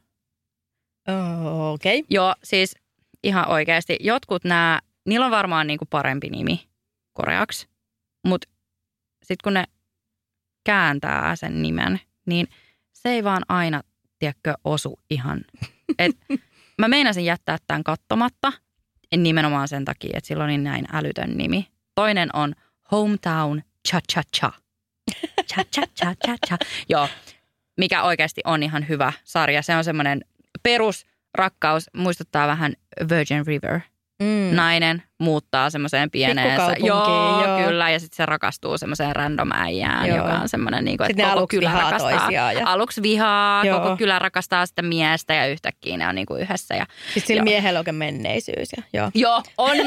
Okei. Joo, siis ihan oikeasti. Jotkut niillä on varmaan niinku parempi nimi koreaksi, mutta sitten kun ne kääntää sen nimen, niin se ei vaan aina, tiedätkö, osu ihan. Et mä meinasin jättää tämän katsomatta nimenomaan sen takia, että sillä on niin näin älytön nimi. Toinen on Hometown Cha-Cha-Cha. Cha-cha-cha-cha-cha. Joo, mikä oikeasti on ihan hyvä sarja. Se on semmoinen perusrakkaus, muistuttaa vähän Virgin River. Nainen muuttaa semmoiseen pieneen. Joo, kyllä. Ja sitten se rakastuu semmoiseen random äijään, joka on semmoinen, niin kuin, että koko kylä rakastaa. Aluksi vihaa, koko kylä rakastaa sitä miestä ja yhtäkkiä ne on niin kuin yhdessä. Sitten sillä miehellä oikein menneisyys. Joo,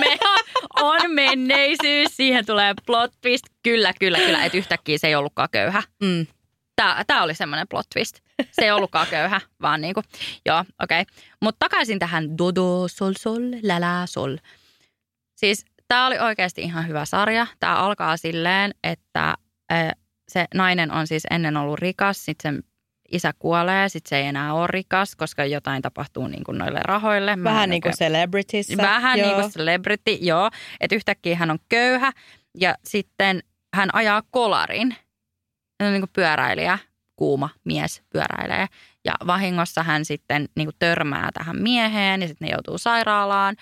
on menneisyys. Siihen tulee plot twist. Kyllä. Että yhtäkkiä se ei ollutkaan köyhä. Tämä oli semmoinen plot twist. Se ei ollutkaan köyhä, vaan niinku, joo, okei. Mutta takaisin tähän Dodo, Sol Sol, Lala Sol. Siis tämä oli oikeasti ihan hyvä sarja. Tämä alkaa silleen, että se nainen on siis ennen ollut rikas, sitten sen isä kuolee, sitten se ei enää ole rikas, koska jotain tapahtuu niinku noille rahoille. Vähän niin kuin Celebritissä. Vähän niin kuin Celebrity, joo. Että yhtäkkiä hän on köyhä ja sitten hän ajaa kolarin. Hän on niin kuin pyöräilijä, kuuma mies pyöräilee. Ja vahingossa hän sitten niin kuin törmää tähän mieheen ja sitten ne joutuu sairaalaan.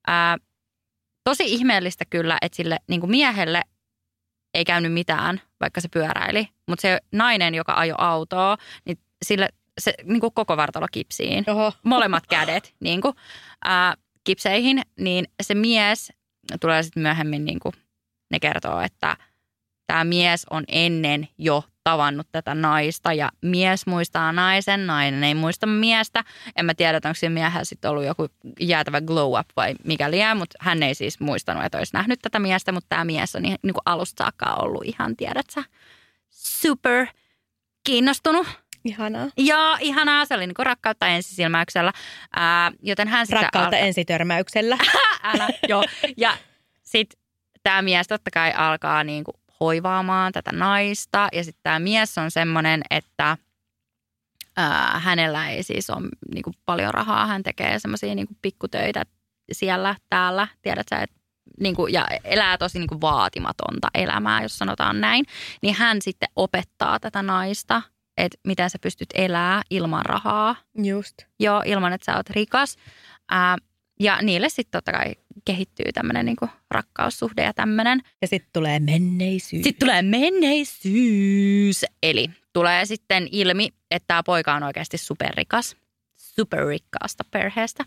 Tosi ihmeellistä kyllä, että sille niin kuin miehelle ei käynyt mitään, vaikka se pyöräili. Mutta se nainen, joka ajoi autoa, niin sille se niin kuin koko vartalo kipsiin. Oho. Molemmat kädet niin kuin, kipseihin. Niin se mies tulee sitten myöhemmin, niin kuin ne kertoo, että tämä mies on ennen jo tavannut tätä naista ja mies muistaa naisen, nainen ei muista miestä. En mä tiedä, onko siinä miehellä sitten ollut joku jäätävä glow up vai mikä liian, mutta hän ei siis muistanut, että olisi nähnyt tätä miestä, mutta tämä mies on niin kuin alusta saakka ollut ihan, tiedätkö, super kiinnostunut. Ihanaa. Joo, ihanaa. Se oli niin kuin rakkautta ensisilmäyksellä. Joten hän sitten rakkautta ensitörmäyksellä. Älä, joo. Ja sitten tämä mies totta kai alkaa niin kuin hoivaamaan tätä naista. Ja sitten tämä mies on semmoinen, että hänellä ei siis ole niin kuin paljon rahaa. Hän tekee semmoisia niin kuin pikkutöitä siellä, täällä. Tiedätkö, että niin kuin, ja elää tosi niin kuin vaatimatonta elämää, jos sanotaan näin. Niin hän sitten opettaa tätä naista, että miten sä pystyt elämään ilman rahaa. Just. Joo, ilman että sä oot rikas. Ja niille sitten totta kai kehittyy tämmöinen niinku rakkaussuhde ja tämmöinen. Ja sitten tulee menneisyys. Sitten tulee menneisyys. Eli tulee sitten ilmi, että tämä poika on oikeasti superrikas. Superrikkaasta perheestä.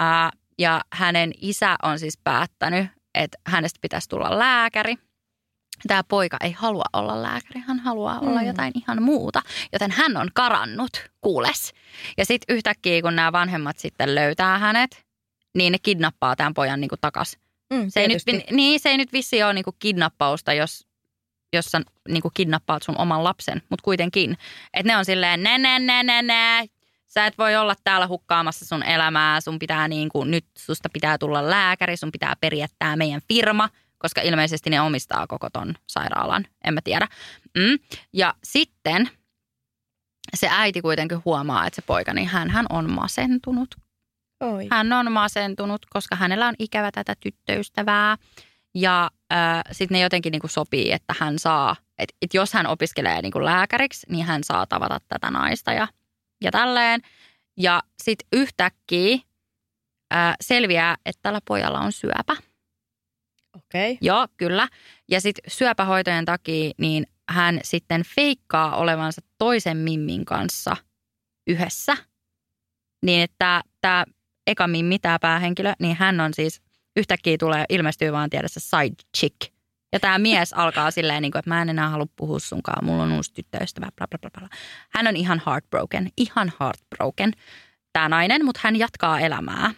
Ja hänen isä on siis päättänyt, että hänestä pitäisi tulla lääkäri. tämä poika ei halua olla lääkäri, hän haluaa olla jotain ihan muuta. Joten hän on karannut, kuules. Ja sitten yhtäkkiä, kun nämä vanhemmat sitten löytää hänet, niin ne kidnappaa tämän pojan niin kuin takas. Se ei nyt vissiin ole niin kuin kidnappausta, jos sä niin kuin kidnappaat sun oman lapsen, mutta kuitenkin. Että ne on silleen, sä et voi olla täällä hukkaamassa sun elämää, sun pitää niin kuin, nyt susta pitää tulla lääkäri, sun pitää periä tää meidän firma, koska ilmeisesti ne omistaa koko ton sairaalan, en mä tiedä. Ja sitten se äiti kuitenkin huomaa, että se poika, niin hän on masentunut. Oi. Hän on masentunut, koska hänellä on ikävä tätä tyttöystävää. Ja sitten ne jotenkin niinku sopii, että hän saa, että jos hän opiskelee niinku lääkäriksi, niin hän saa tavata tätä naista ja tälleen. Ja sitten yhtäkkiä selviää, että tällä pojalla on syöpä. Okei. Joo, kyllä. Ja sitten syöpähoitojen takia niin hän sitten feikkaa olevansa toisen mimmin kanssa yhdessä. Niin että tämä eka mimmi, tämä päähenkilö, niin hän on siis yhtäkkiä ilmestyy vaan tiedässä side chick. Ja tämä mies alkaa silleen, että mä en enää halua puhua sunkaan, mulla on uusi tyttöystävä, bla bla bla bla. Hän on ihan heartbroken, tämä nainen, mutta hän jatkaa elämää.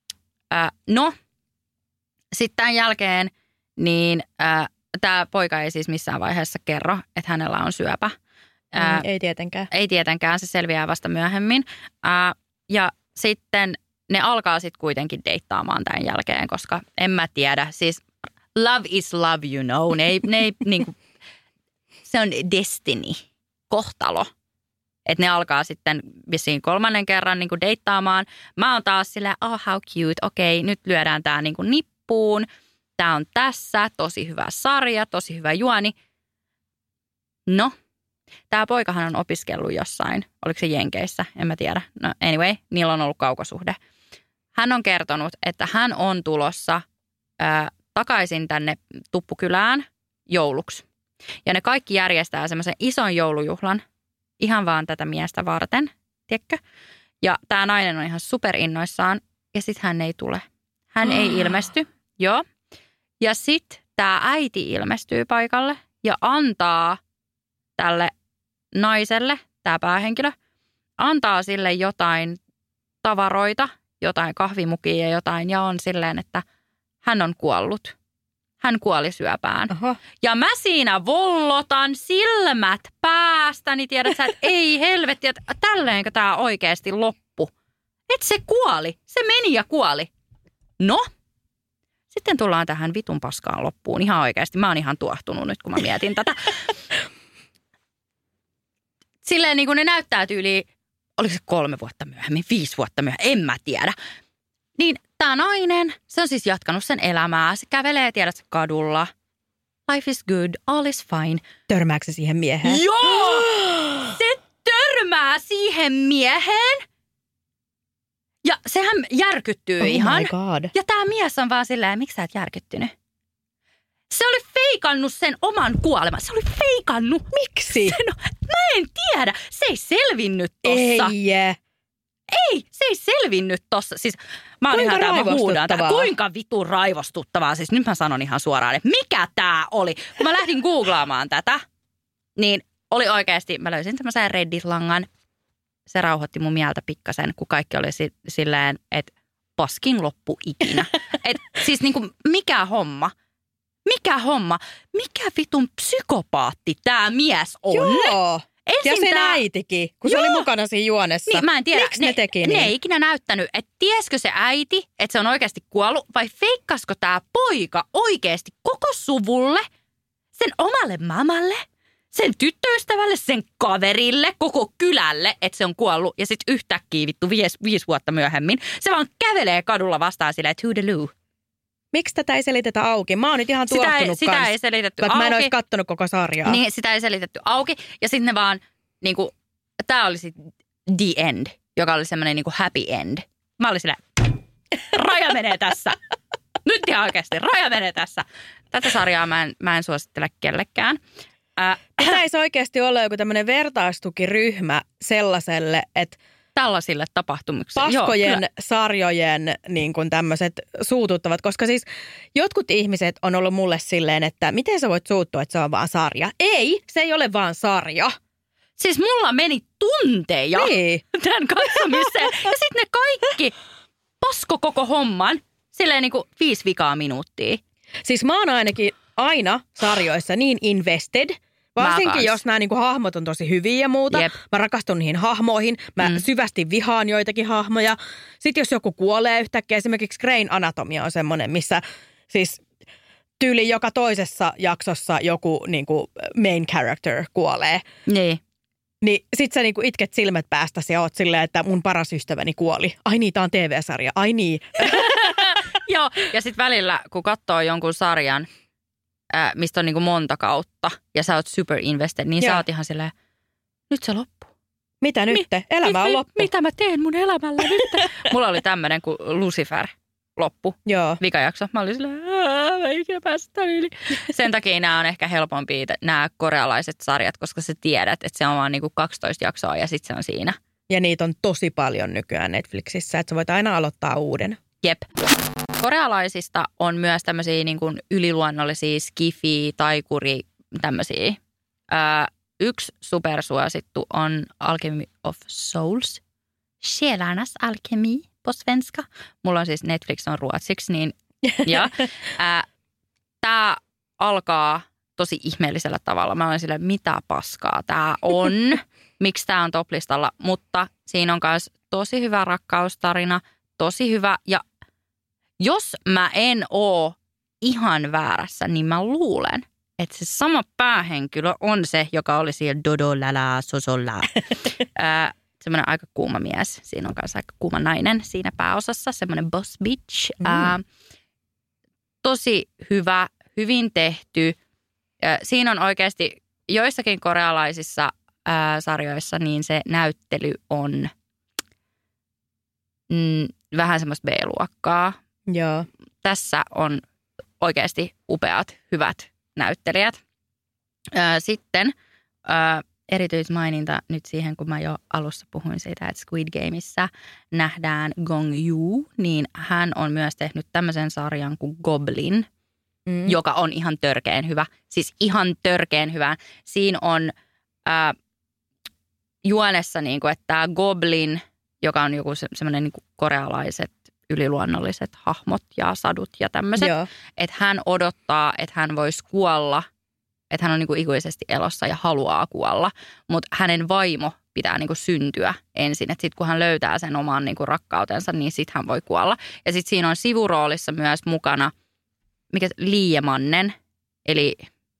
Sitten tämän jälkeen niin tämä poika ei siis missään vaiheessa kerro, että hänellä on syöpä. Ei tietenkään. Ei tietenkään, se selviää vasta myöhemmin. Ja sitten ne alkaa sitten kuitenkin deittaamaan tämän jälkeen, koska en mä tiedä, siis love is love, you know. Ne ei niinku, se on destiny, kohtalo. Että ne alkaa sitten vissiin kolmannen kerran niinku deittaamaan. Mä oon taas silleen, oh how cute, okei, nyt lyödään tää niinku nippuun. Tää on tässä, tosi hyvä sarja, tosi hyvä juoni. No, tää poikahan on opiskellut jossain, oliko se Jenkeissä, en mä tiedä. No anyway, niillä on ollut kaukosuhde. Hän on kertonut, että hän on tulossa takaisin tänne Tuppukylään jouluksi. Ja ne kaikki järjestää semmoisen ison joulujuhlan ihan vaan tätä miestä varten, tiedätkö? Ja tämä nainen on ihan superinnoissaan ja sitten hän ei tule. Hän ei ilmesty, joo. Ja sitten tämä äiti ilmestyy paikalle ja antaa tälle naiselle, tämä päähenkilö, antaa sille jotain tavaroita, jotain kahvimukia ja jotain, ja on silleen, että hän on kuollut. Hän kuoli syöpään. Oho. Ja mä siinä vollotan silmät päästäni, tiedät sä, että ei helvetti, että tälleenkö tää oikeasti loppu. Että se kuoli, se meni ja kuoli. No, sitten tullaan tähän vitun paskaan loppuun ihan oikeasti. Mä oon ihan tuohtunut nyt, kun mä mietin tätä. Silleen niin kuin ne näyttää tyyliin, oliko se 3 vuotta myöhemmin, 5 vuotta myöhemmin, en mä tiedä. Niin tää nainen, se on siis jatkanut sen elämää. Se kävelee, tiedät, kadulla. Life is good, all is fine. Törmääkö se siihen mieheen? Joo! Se törmää siihen mieheen. Ja sehän järkyttyy ihan. Oh my god. Ja tää mies on vaan silleen, miksi sä et järkyttynyt? Se oli feikannut sen oman kuoleman. Se oli feikannut. Miksi? Mä en tiedä. Se ei selvinnyt tossa. Ei, se ei selvinnyt tossa. Siis mä oon ihan täällä, mä huudan täällä. Kuinka vitun raivostuttavaa. Siis nyt mä sanon ihan suoraan, että mikä tää oli. Kun mä lähdin googlaamaan tätä, niin oli oikeasti, mä löysin tämmöisen Reddit-langan. Se rauhoitti mun mieltä pikkasen, kun kaikki oli silleen, että paskin loppu ikinä. Et siis niinku mikä homma? Mikä vitun psykopaatti tää mies on? Joo. Ja sen äitikin, kun se oli mukana siinä juonessa. Niin, mä en tiedä. Miksi ne teki niin? Ne ei ikinä näyttänyt, että tiesikö se äiti, että se on oikeasti kuollut, vai feikkasko tää poika oikeasti koko suvulle, sen omalle mamalle, sen tyttöystävälle, sen kaverille, koko kylälle, että se on kuollut. Ja sitten yhtäkkiä vittu 5 vuotta myöhemmin, se vaan kävelee kadulla vastaan silleen, että huudeluu. Miksi tätä ei selitetä auki? Mä oon nyt ihan tuottunut kanssa. Sitä ei selitetty vaikka auki. Mä en olisi kattonut koko sarjaa. Niin, sitä ei selitetty auki. Ja sitten ne vaan, niinku, tää oli sitten the end, joka oli semmoinen niinku happy end. Mä olin silleen, raja menee tässä. Nyt ihan oikeasti, raja menee tässä. Tätä sarjaa mä en suosittele kellekään. Pitäisi oikeasti olla joku tämmöinen vertaistukiryhmä sellaiselle, että tällaisille tapahtumiksi. Paskojen sarjojen niin kuin tämmöiset suututtavat, koska siis jotkut ihmiset on ollut mulle silleen, että miten sä voit suuttua, että se on vaan sarja. Ei, se ei ole vaan sarja. Siis mulla meni tunteja tämän katsomiseen. Ja sitten ne kaikki pasko koko homman silleen niin kuin 5 vikaa minuuttia. Siis mä oon ainakin aina sarjoissa niin invested, varsinkin jos nämä niinku hahmot on tosi hyviä ja muuta. Jep. Mä rakastun niihin hahmoihin. Mä syvästi vihaan joitakin hahmoja. Sitten jos joku kuolee yhtäkkiä, esimerkiksi Grayn Anatomia on semmoinen, missä siis tyyli joka toisessa jaksossa joku niinku main character kuolee. Niin sit sä niinku itket silmät päästäsi ja oot silleen, että mun paras ystäväni kuoli. Ai niin, tää on TV-sarja. Ai niin. Joo, ja sit välillä kun katsoo jonkun sarjan, mistä on niinku monta kautta ja sä oot super invested, niin sä oot ihan silleen, nyt se loppuu. Mitä nyt? Elämä on loppu. Mitä mä teen mun elämällä nyt? Mulla oli tämmönen kuin Lucifer loppu. Joo. Vikajakso. Mä olin silleen, mä ikinä päästä yli. Sen takia nämä on ehkä helpompia, nämä korealaiset sarjat, koska sä tiedät, että se on vaan niinku 12 jaksoa ja sit se on siinä. Ja niitä on tosi paljon nykyään Netflixissä, että sä voit aina aloittaa uuden. Jep. Korealaisista on myös tämmöisiä niin kuin yliluonnollisia skifi, taikuri, tämmöisiä. Yksi supersuosittu on Alchemy of Souls. Själarnas alkemi på svenska. Mulla on siis Netflix on ruotsiksi, niin ja. Tää alkaa tosi ihmeellisellä tavalla. Mä olen silleen, mitä paskaa tää on, miksi tää on top-listalla. Mutta siinä on myös tosi hyvä rakkaustarina, tosi hyvä ja jos mä en oo ihan väärässä, niin mä luulen, että se sama päähenkilö on se, joka oli siellä Dodolala Sosolla. Semmoinen aika kuuma mies. Siinä on myös aika kuuma nainen siinä pääosassa. Semmoinen boss bitch. Tosi hyvä, hyvin tehty. Siinä on oikeasti joissakin korealaisissa sarjoissa niin se näyttely on vähän semmoista B-luokkaa. Joo. Tässä on oikeasti upeat, hyvät näyttelijät. Sitten erityismaininta nyt siihen, kun mä jo alussa puhuin siitä, että Squid Gameissa nähdään Gong Yoo, niin hän on myös tehnyt tämmöisen sarjan kuin Goblin, joka on ihan törkeen hyvä. Siis ihan törkeen hyvä. Siinä on juonessa, niin kuin, että tämä Goblin, joka on joku semmoinen niin kuin korealaiset yliluonnolliset hahmot ja sadut ja tämmöiset, että hän odottaa, että hän voisi kuolla, että hän on niin kuin ikuisesti elossa ja haluaa kuolla, mutta hänen vaimo pitää niin kuin syntyä ensin, että sitten kun hän löytää sen oman niin kuin rakkautensa, niin sitten hän voi kuolla. Ja sitten siinä on sivuroolissa myös mukana Liemannen, eli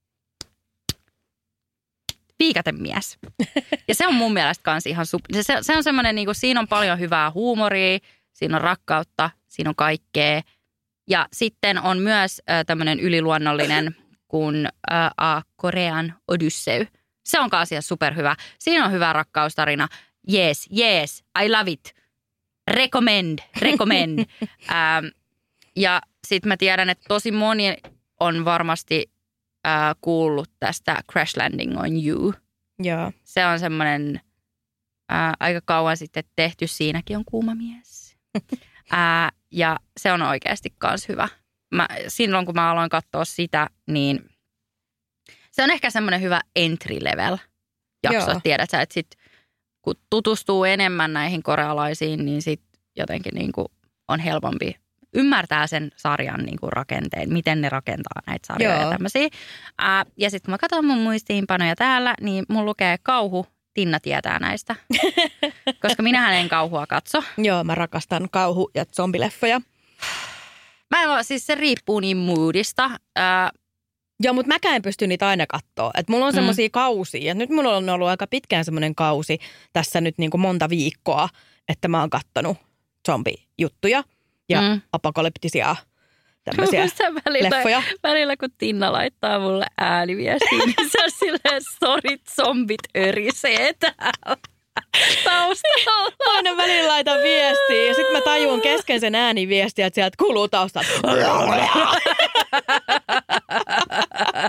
viikatemies. Ja se on mun mielestä kans ihan se on semmoinen, niin kuin, siinä on paljon hyvää huumoria, siinä on rakkautta, siinä on kaikkea. Ja sitten on myös tämmöinen yliluonnollinen kuin Korean Odyssey. Se on kanssa superhyvä. Siinä on hyvä rakkaustarina. Yes, I love it. Recommend. Ja sitten mä tiedän, että tosi moni on varmasti kuullut tästä Crash Landing on You. Joo. Se on semmoinen aika kauan sitten tehty. Siinäkin on kuuma mies. Ja se on oikeasti kans hyvä. Silloin kun mä aloin katsoa sitä, niin se on ehkä semmoinen hyvä entry level jakso. Tiedät sä, että sit, kun tutustuu enemmän näihin korealaisiin, niin sit jotenkin niin kuin on helpompi ymmärtää sen sarjan niin kuin rakenteen, miten ne rakentaa näitä sarjoja ja tämmöisiä. Ja sitten kun mä katson mun muistiinpanoja täällä, niin mun lukee kauhu. Tinna tietää näistä, koska minähän en kauhua katso. Joo, mä rakastan kauhu- ja zombileffoja. Siis se riippuu niin moodista. Joo, mutta mäkään en pysty niitä aina katsoa. Että mulla on semmoisia kausia. Nyt mulla on ollut aika pitkään semmoinen kausi tässä nyt niin kuin monta viikkoa, että mä oon kattonut zombijuttuja ja apokalyptisia tämmöisiä leffoja. Välillä kun Tinna laittaa mulle ääniviestiin, niin se on silleen, sorry, zombit örisee täällä taustalla. Aina välillä laitan viestiä ja sitten mä tajun kesken sen ääniviestiä, että sieltä kuuluu taustalla.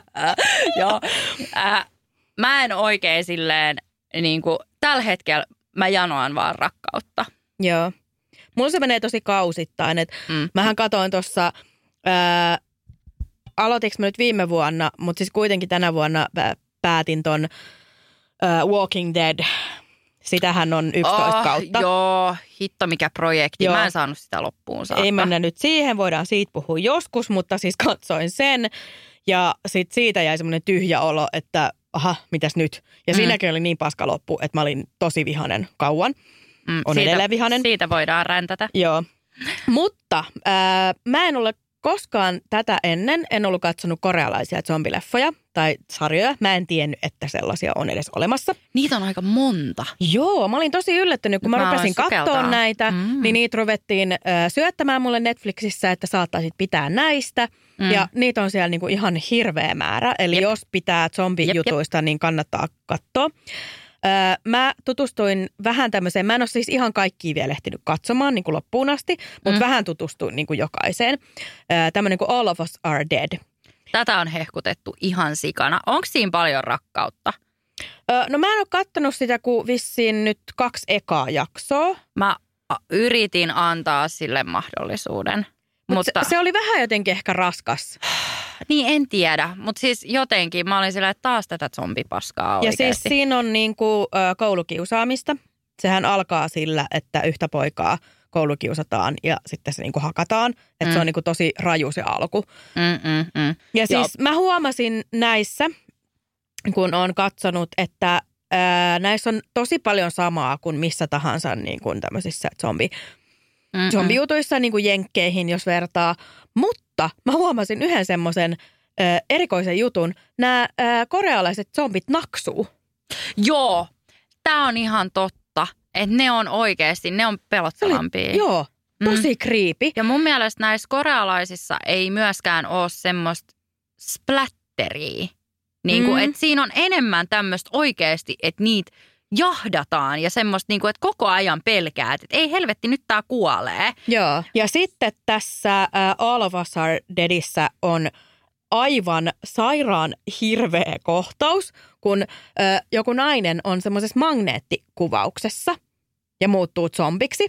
Joo. Mä en oikein silleen, niin kuin tällä hetkellä mä janoan vaan rakkautta. Joo. Mulla se menee tosi kausittain, että mähän katoin tuossa, aloitinko mä nyt viime vuonna, mutta siis kuitenkin tänä vuonna päätin ton Walking Dead. Sitähän on 11 kautta. Joo, hitto mikä projekti. Joo. Mä en saanut sitä loppuun saakka. Ei mennä nyt siihen, voidaan siitä puhua joskus, mutta siis katsoin sen. Ja sit siitä jäi semmoinen tyhjä olo, että aha, mitäs nyt? Ja siinäkin oli niin paska loppu, että mä olin tosi vihanen kauan. On edelleen vihanen. Siitä voidaan räntätä. Joo. Mutta mä en ole koskaan tätä en ollut katsonut korealaisia zombileffoja tai sarjoja. Mä en tiennyt, että sellaisia on edes olemassa. Niitä on aika monta. Joo, mä olin tosi yllättynyt, kun mä rupesin katsoa näitä, niin niitä ruvettiin syöttämään mulle Netflixissä, että saattaisit pitää näistä. Ja niitä on siellä niinku ihan hirveä määrä. Eli jos pitää zombijutuista, niin kannattaa katsoa. Mä tutustuin vähän tämmöiseen, mä en ole siis ihan kaikkia vielä ehtinyt katsomaan niin kuin loppuun asti, mutta vähän tutustuin niin kuin jokaiseen. Tämmöinen kuin All of Us Are Dead. Tätä on hehkutettu ihan sikana. Onko siinä paljon rakkautta? No mä en ole kattonut sitä kuin vissiin nyt 2 ekaa jaksoa. Mä yritin antaa sille mahdollisuuden. Mutta se oli vähän jotenkin ehkä raskas. Niin, en tiedä. Mutta siis jotenkin mä olin sillä, että taas tätä zombipaskaa oikeasti. Ja siis siinä on niinku koulukiusaamista. Sehän alkaa sillä, että yhtä poikaa koulukiusataan ja sitten se niinku hakataan. Että se on niinku tosi raju se alku. Ja siis mä huomasin näissä, kun on katsonut, että näissä on tosi paljon samaa kuin missä tahansa niin kuin tämmöisissä zombijutuissa niin kuin jenkkeihin, jos vertaa. Mutta mä huomasin yhden semmoisen erikoisen jutun. Nämä korealaiset zombit naksuu. Joo, tää on ihan totta. Että ne on oikeasti, ne on pelottavampia. Joo, tosi creepy. Ja mun mielestä näissä korealaisissa ei myöskään ole semmoista splatteria. Niin kuin, että siinä on enemmän tämmöistä oikeasti, että niitä jahdataan ja semmoista, niin kuin, että koko ajan pelkäät, että ei helvetti, nyt tää kuolee. Joo. Ja sitten tässä All of Us Are Deadissä on aivan sairaan hirveä kohtaus, kun joku nainen on semmoisessa magneettikuvauksessa ja muuttuu zombiksi.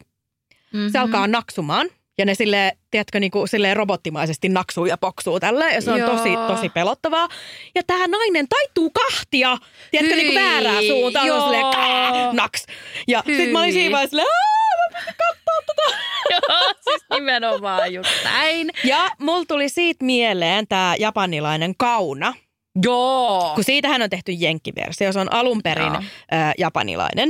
Se alkaa naksumaan. Ja ne silleen, tiedätkö, niinku silleen robottimaisesti naksuu ja poksuu tälleen. Ja se on tosi pelottavaa. Ja tää nainen taittuu kahtia, tiedätkö, niinku väärään suuntaan. On silleen, naks. Ja sit mä olin siinä vaiheessa silleen, mä pystyn katsoa tota. Joo, siis nimenomaan just näin. Ja mulla tuli siitä mieleen tää japanilainen Kauna. Joo. Kun siitähän on tehty jenkkiversio. Se on alun perin japanilainen.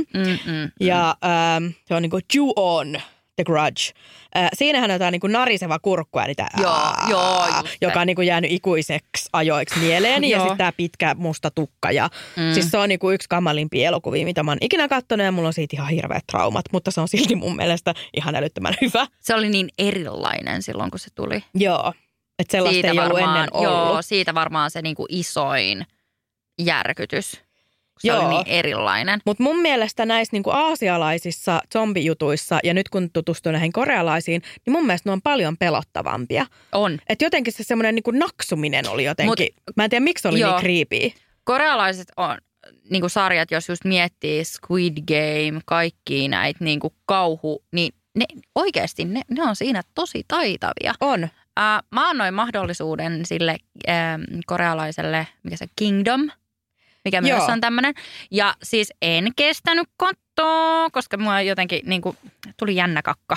Ja se on niinku Ju-on. The Grudge. Siinähän on jotain niin kuin nariseva kurkkuääni, joka on niin kuin jäänyt ikuiseksi ajoiksi mieleeni. Ja sitten tämä pitkä musta tukka. Ja siis se on niin kuin yksi kamalimpia elokuvia, mitä mä oon ikinä katsonut. Ja mulla on siitä ihan hirveät traumat, mutta se on silti mun mielestä ihan älyttömän hyvä. Se oli niin erilainen silloin, kun se tuli. Joo, että sellaista siitä ei ollut ennen ollut. Joo, siitä varmaan se niin kuin isoin järkytys. Se oli niin erilainen. Mutta mun mielestä näissä niinku aasialaisissa zombijutuissa, ja nyt kun tutustuin näihin korealaisiin, niin mun mielestä ne on paljon pelottavampia. On. Että jotenkin se semmoinen niinku naksuminen oli jotenkin, mä en tiedä miksi oli niin creepy. Korealaiset on niinku sarjat, jos just miettii Squid Game, kaikkia näitä niinku kauhu, niin ne oikeasti ne on siinä tosi taitavia. On. Mä annoin mahdollisuuden sille korealaiselle, mikä se Kingdom, mikä myös on tämmöinen. Ja siis en kestänyt katsoa, koska mulla jotenkin niin kuin, tuli jännä kakka.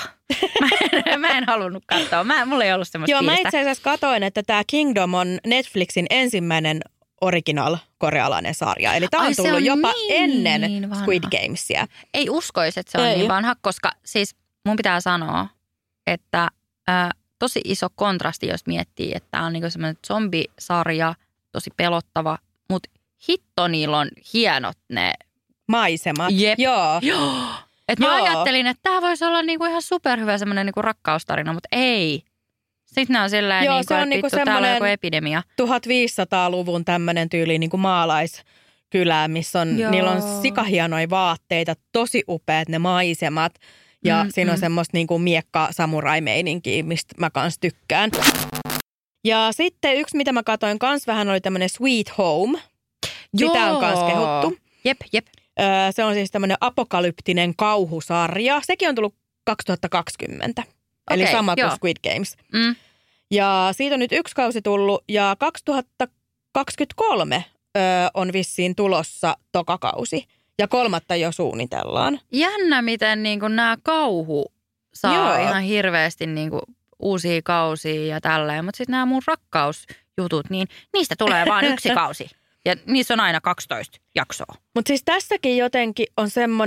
Mä en halunnut katsoa. Mulla ei ollut semmoista fiilistä. Mä itse asiassa katoin, että tämä Kingdom on Netflixin ensimmäinen original korealainen sarja. Eli tämä on tullut jopa ennen vanha. Squid Gamesia. Ei uskoisi, että se on niin vanha, koska siis mun pitää sanoa, että tosi iso kontrasti, jos miettii, että tämä on niin semmoinen zombisarja, tosi pelottava, mutta hitto, niillä on hienot ne maisemat. Jep. Joo. Että mä ajattelin, että tämä voisi olla niinku ihan superhyvä semmoinen niinku rakkaustarina, mutta ei. Sitten ne on silleen, joo, niinku, se on että niinku vittu, täällä on joku epidemia. 1500-luvun tämmöinen tyyli niinku maalaiskylä, missä on, niillä on sikahienoja vaatteita, tosi upeat ne maisemat. Ja siinä on semmoista niinku miekka-samurai-meininkiä, mistä mä kans tykkään. Ja sitten yksi, mitä mä katsoin kans vähän, oli tämmöinen Sweet Home. Sitä on kans kehuttu. Jep. Se on siis tämmöinen apokalyptinen kauhusarja. Sekin on tullut 2020, eli sama kuin Squid Games. Ja siitä on nyt 1 kausi tullut ja 2023 on vissiin tulossa toka kausi. Ja 3. jo suunnitellaan. Jännä, miten niin kuin nämä kauhu saa ihan hirveästi niin kuin uusia kausia ja tälleen. Mutta sitten nämä mun rakkausjutut, niin niistä tulee vain 1 kausi. Ja niissä on aina 12 jaksoa. Mutta siis tässäkin jotenkin on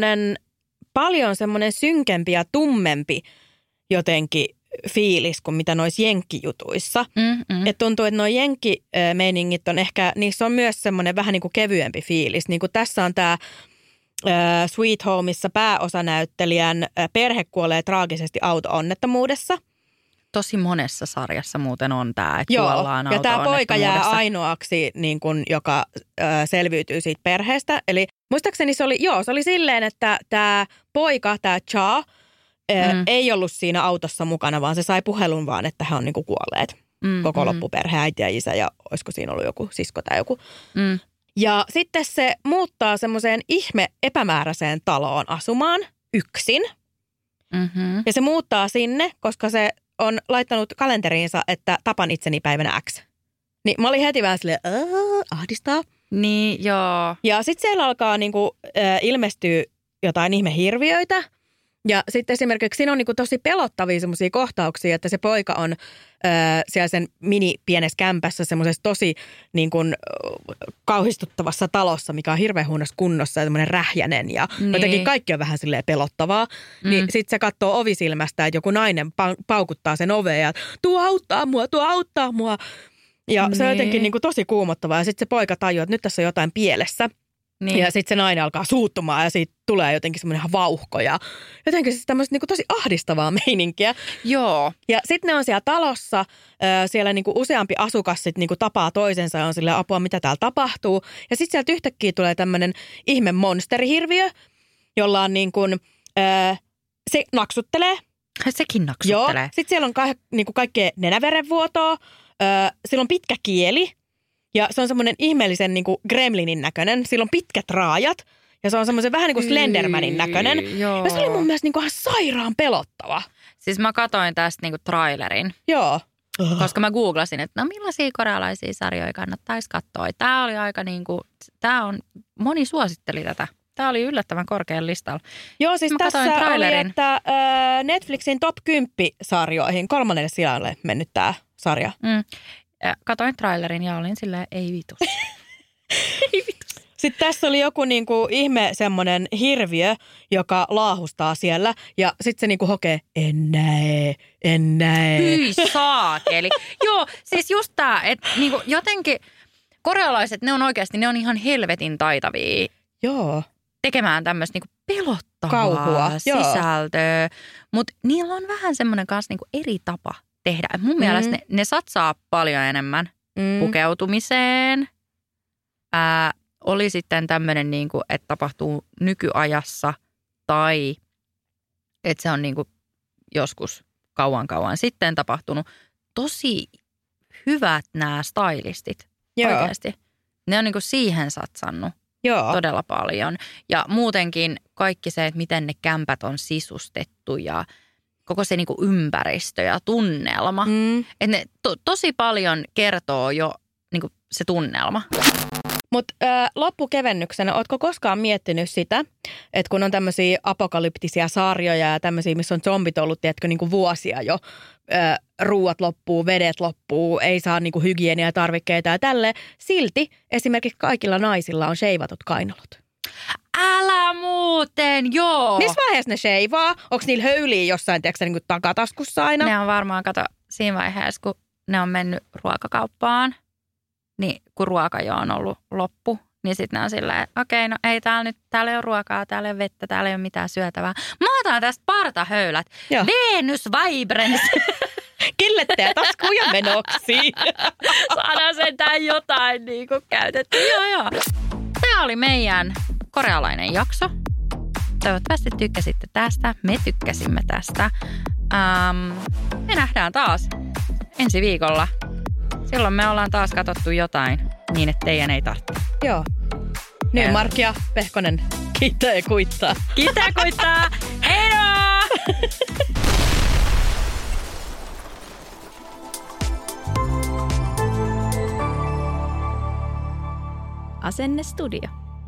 paljon semmoinen synkempi ja tummempi jotenkin fiilis kuin mitä noissa jenkkijutuissa. Että tuntuu, että nuo jenkkimeiningit on ehkä, niissä on myös semmoinen vähän niin kuin kevyempi fiilis. Niin kuin tässä on tämä Sweet Homeissa pääosanäyttelijän perhe kuolee traagisesti auto-onnettomuudessa. Tosi monessa sarjassa muuten on tämä, että kuollaan ja tämä poika jää ainoaksi, niin kun, joka selviytyy siitä perheestä. Eli muistaakseni se oli silleen, että tämä poika, tämä Cha, ei ollut siinä autossa mukana, vaan se sai puhelun vaan, että he on niin kuin kuolleet. Koko loppuperhe, äiti ja isä ja olisiko siinä ollut joku sisko tai joku. Ja sitten se muuttaa semmoiseen ihme epämääräiseen taloon asumaan yksin. Ja se muuttaa sinne, koska se on laittanut kalenteriinsa, että tapan itseni päivänä X. Niin mä olin heti vähän silleen, ahdistaa. Niin, joo. Ja sitten siellä alkaa niinku, ilmestyä jotain ihmehirviöitä. Ja sitten esimerkiksi siinä on niinku tosi pelottavia semmoisia kohtauksia, että se poika on siellä sen pienessä kämpässä semmoisessa tosi niinku, kauhistuttavassa talossa, mikä on hirveän huonossa kunnossa ja semmoinen rähjänen ja jotenkin kaikki on vähän silleen pelottavaa. Niin sitten se katsoo ovisilmästä, että joku nainen paukuttaa sen oveen ja tuo auttaa mua. Ja se on jotenkin niinku tosi kuumottavaa ja sitten se poika tajuaa, että nyt tässä on jotain pielessä. Niin. Ja sitten se nainen alkaa suuttumaan ja siitä tulee jotenkin semmoinen ihan vauhko ja jotenkin siis tämmöistä niinku tosi ahdistavaa meininkiä. Joo. Ja sitten ne on siellä talossa, siellä niinku useampi asukas sit niinku tapaa toisensa ja on silleen apua, mitä täällä tapahtuu. Ja sitten sieltä yhtäkkiä tulee tämmöinen ihme monsterihirviö, jolla on niin kuin, se naksuttelee. Sekin naksuttelee. Joo. Sitten siellä on niinku kaikkea nenäverenvuotoa, sillä on pitkä kieli. Ja se on semmoinen ihmeellisen niin kuin gremlinin näköinen. Sillä on pitkät raajat ja se on semmoisen vähän niin kuin Slendermanin näköinen. Joo. Ja se oli mun mielestä niin kuin ihan sairaan pelottava. Siis mä katsoin tästä niin kuin trailerin. Joo. Koska mä googlasin, että no millaisia korealaisia sarjoja kannattaisi katsoa. Tää oli aika niin kuin, moni suositteli tätä. Tää oli yllättävän korkean listalla. Joo, siis tässä oli, että Netflixin top 10 sarjoihin 3. sijalle mennyt tää sarja. Katoin trailerin ja olin silleen, ei vitus. Ei vitus. Sitten tässä oli joku niinku ihme semmoinen hirviö, joka laahustaa siellä ja sitten se niinku hokee, en näe. Hyi saakeli. Joo, siis just tää, että niinku jotenkin korealaiset, ne on oikeasti, ne on ihan helvetin taitavia. Joo. Tekemään tämmöistä niinku pelottavaa kauhua sisältöä. Mutta niillä on vähän semmoinen kanssa niinku eri tapa tehdä. Mun mielestä ne satsaa paljon enemmän pukeutumiseen. Oli sitten tämmöinen, niinku, että tapahtuu nykyajassa tai että se on niinku joskus kauan sitten tapahtunut. Tosi hyvät nämä stylistit oikeasti. Ne on niinku siihen satsannut todella paljon. Ja muutenkin kaikki se, että miten ne kämpät on sisustettu ja koko se niinku ympäristö ja tunnelma. Että ne tosi paljon kertoo jo niinku se tunnelma. Mutta loppukevennyksenä, ootko koskaan miettinyt sitä, että kun on tämmöisiä apokalyptisia sarjoja ja tämmöisiä, missä on zombit ollut, tiedätkö, niinku vuosia jo, ruuat loppuu, vedet loppuu, ei saa niinku hygieniatarvikkeita ja tälleen. Silti esimerkiksi kaikilla naisilla on sheivatut kainalot. Älä muuten, joo. Missä vaiheessa ne sheivaa? Onko niillä höyliä jossain, tiedätkö, niin kuin takataskussa aina? Ne on varmaan, kato, siinä vaiheessa, kun ne on mennyt ruokakauppaan, niin kun ruoka jo on ollut loppu, niin sitten ne on silleen, okei, no ei täällä ei ole ruokaa, täällä ei ole vettä, täällä ei ole mitään syötävää. Mä otan tästä partahöylät. Joo. Venus Vibrance. Killetteä taskuja menoksi. Saadaan sentään jotain niin kuin käytetty. Joo. Tämä oli meidän korealainen jakso. Toivottavasti tykkäsitte tästä. Me tykkäsimme tästä. Me nähdään taas ensi viikolla. Silloin me ollaan taas katsottu jotain niin, että teidän ei tarvitse. Joo. Niin, Mark ja Pehkonen kiittää ja kuittaa. Kiittää ja kuittaa! Heidoo! Asennestudio.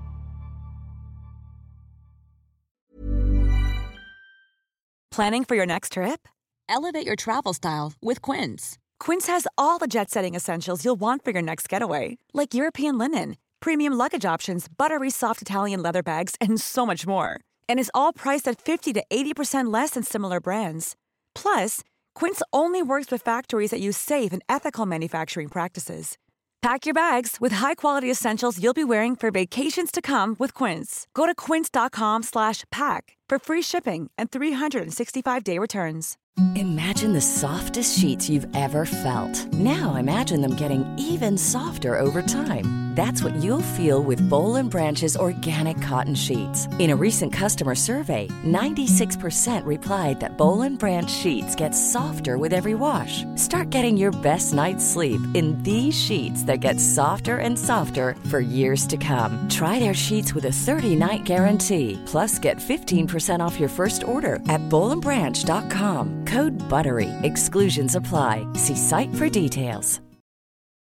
Planning for your next trip? Elevate your travel style with Quince. Quince has all the jet-setting essentials you'll want for your next getaway, like European linen, premium luggage options, buttery soft Italian leather bags, and so much more. And is all priced at 50 to 80% less than similar brands. Plus, Quince only works with factories that use safe and ethical manufacturing practices. Pack your bags with high-quality essentials you'll be wearing for vacations to come with Quince. Go to quince.com/pack for free shipping and 365-day returns. Imagine the softest sheets you've ever felt. Now imagine them getting even softer over time. That's what you'll feel with Boll & Branch's organic cotton sheets. In a recent customer survey, 96% replied that Boll & Branch sheets get softer with every wash. Start getting your best night's sleep in these sheets that get softer and softer for years to come. Try their sheets with a 30-night guarantee. Plus, get 15% off your first order at bollandbranch.com. Code BUTTERY. Exclusions apply. See site for details.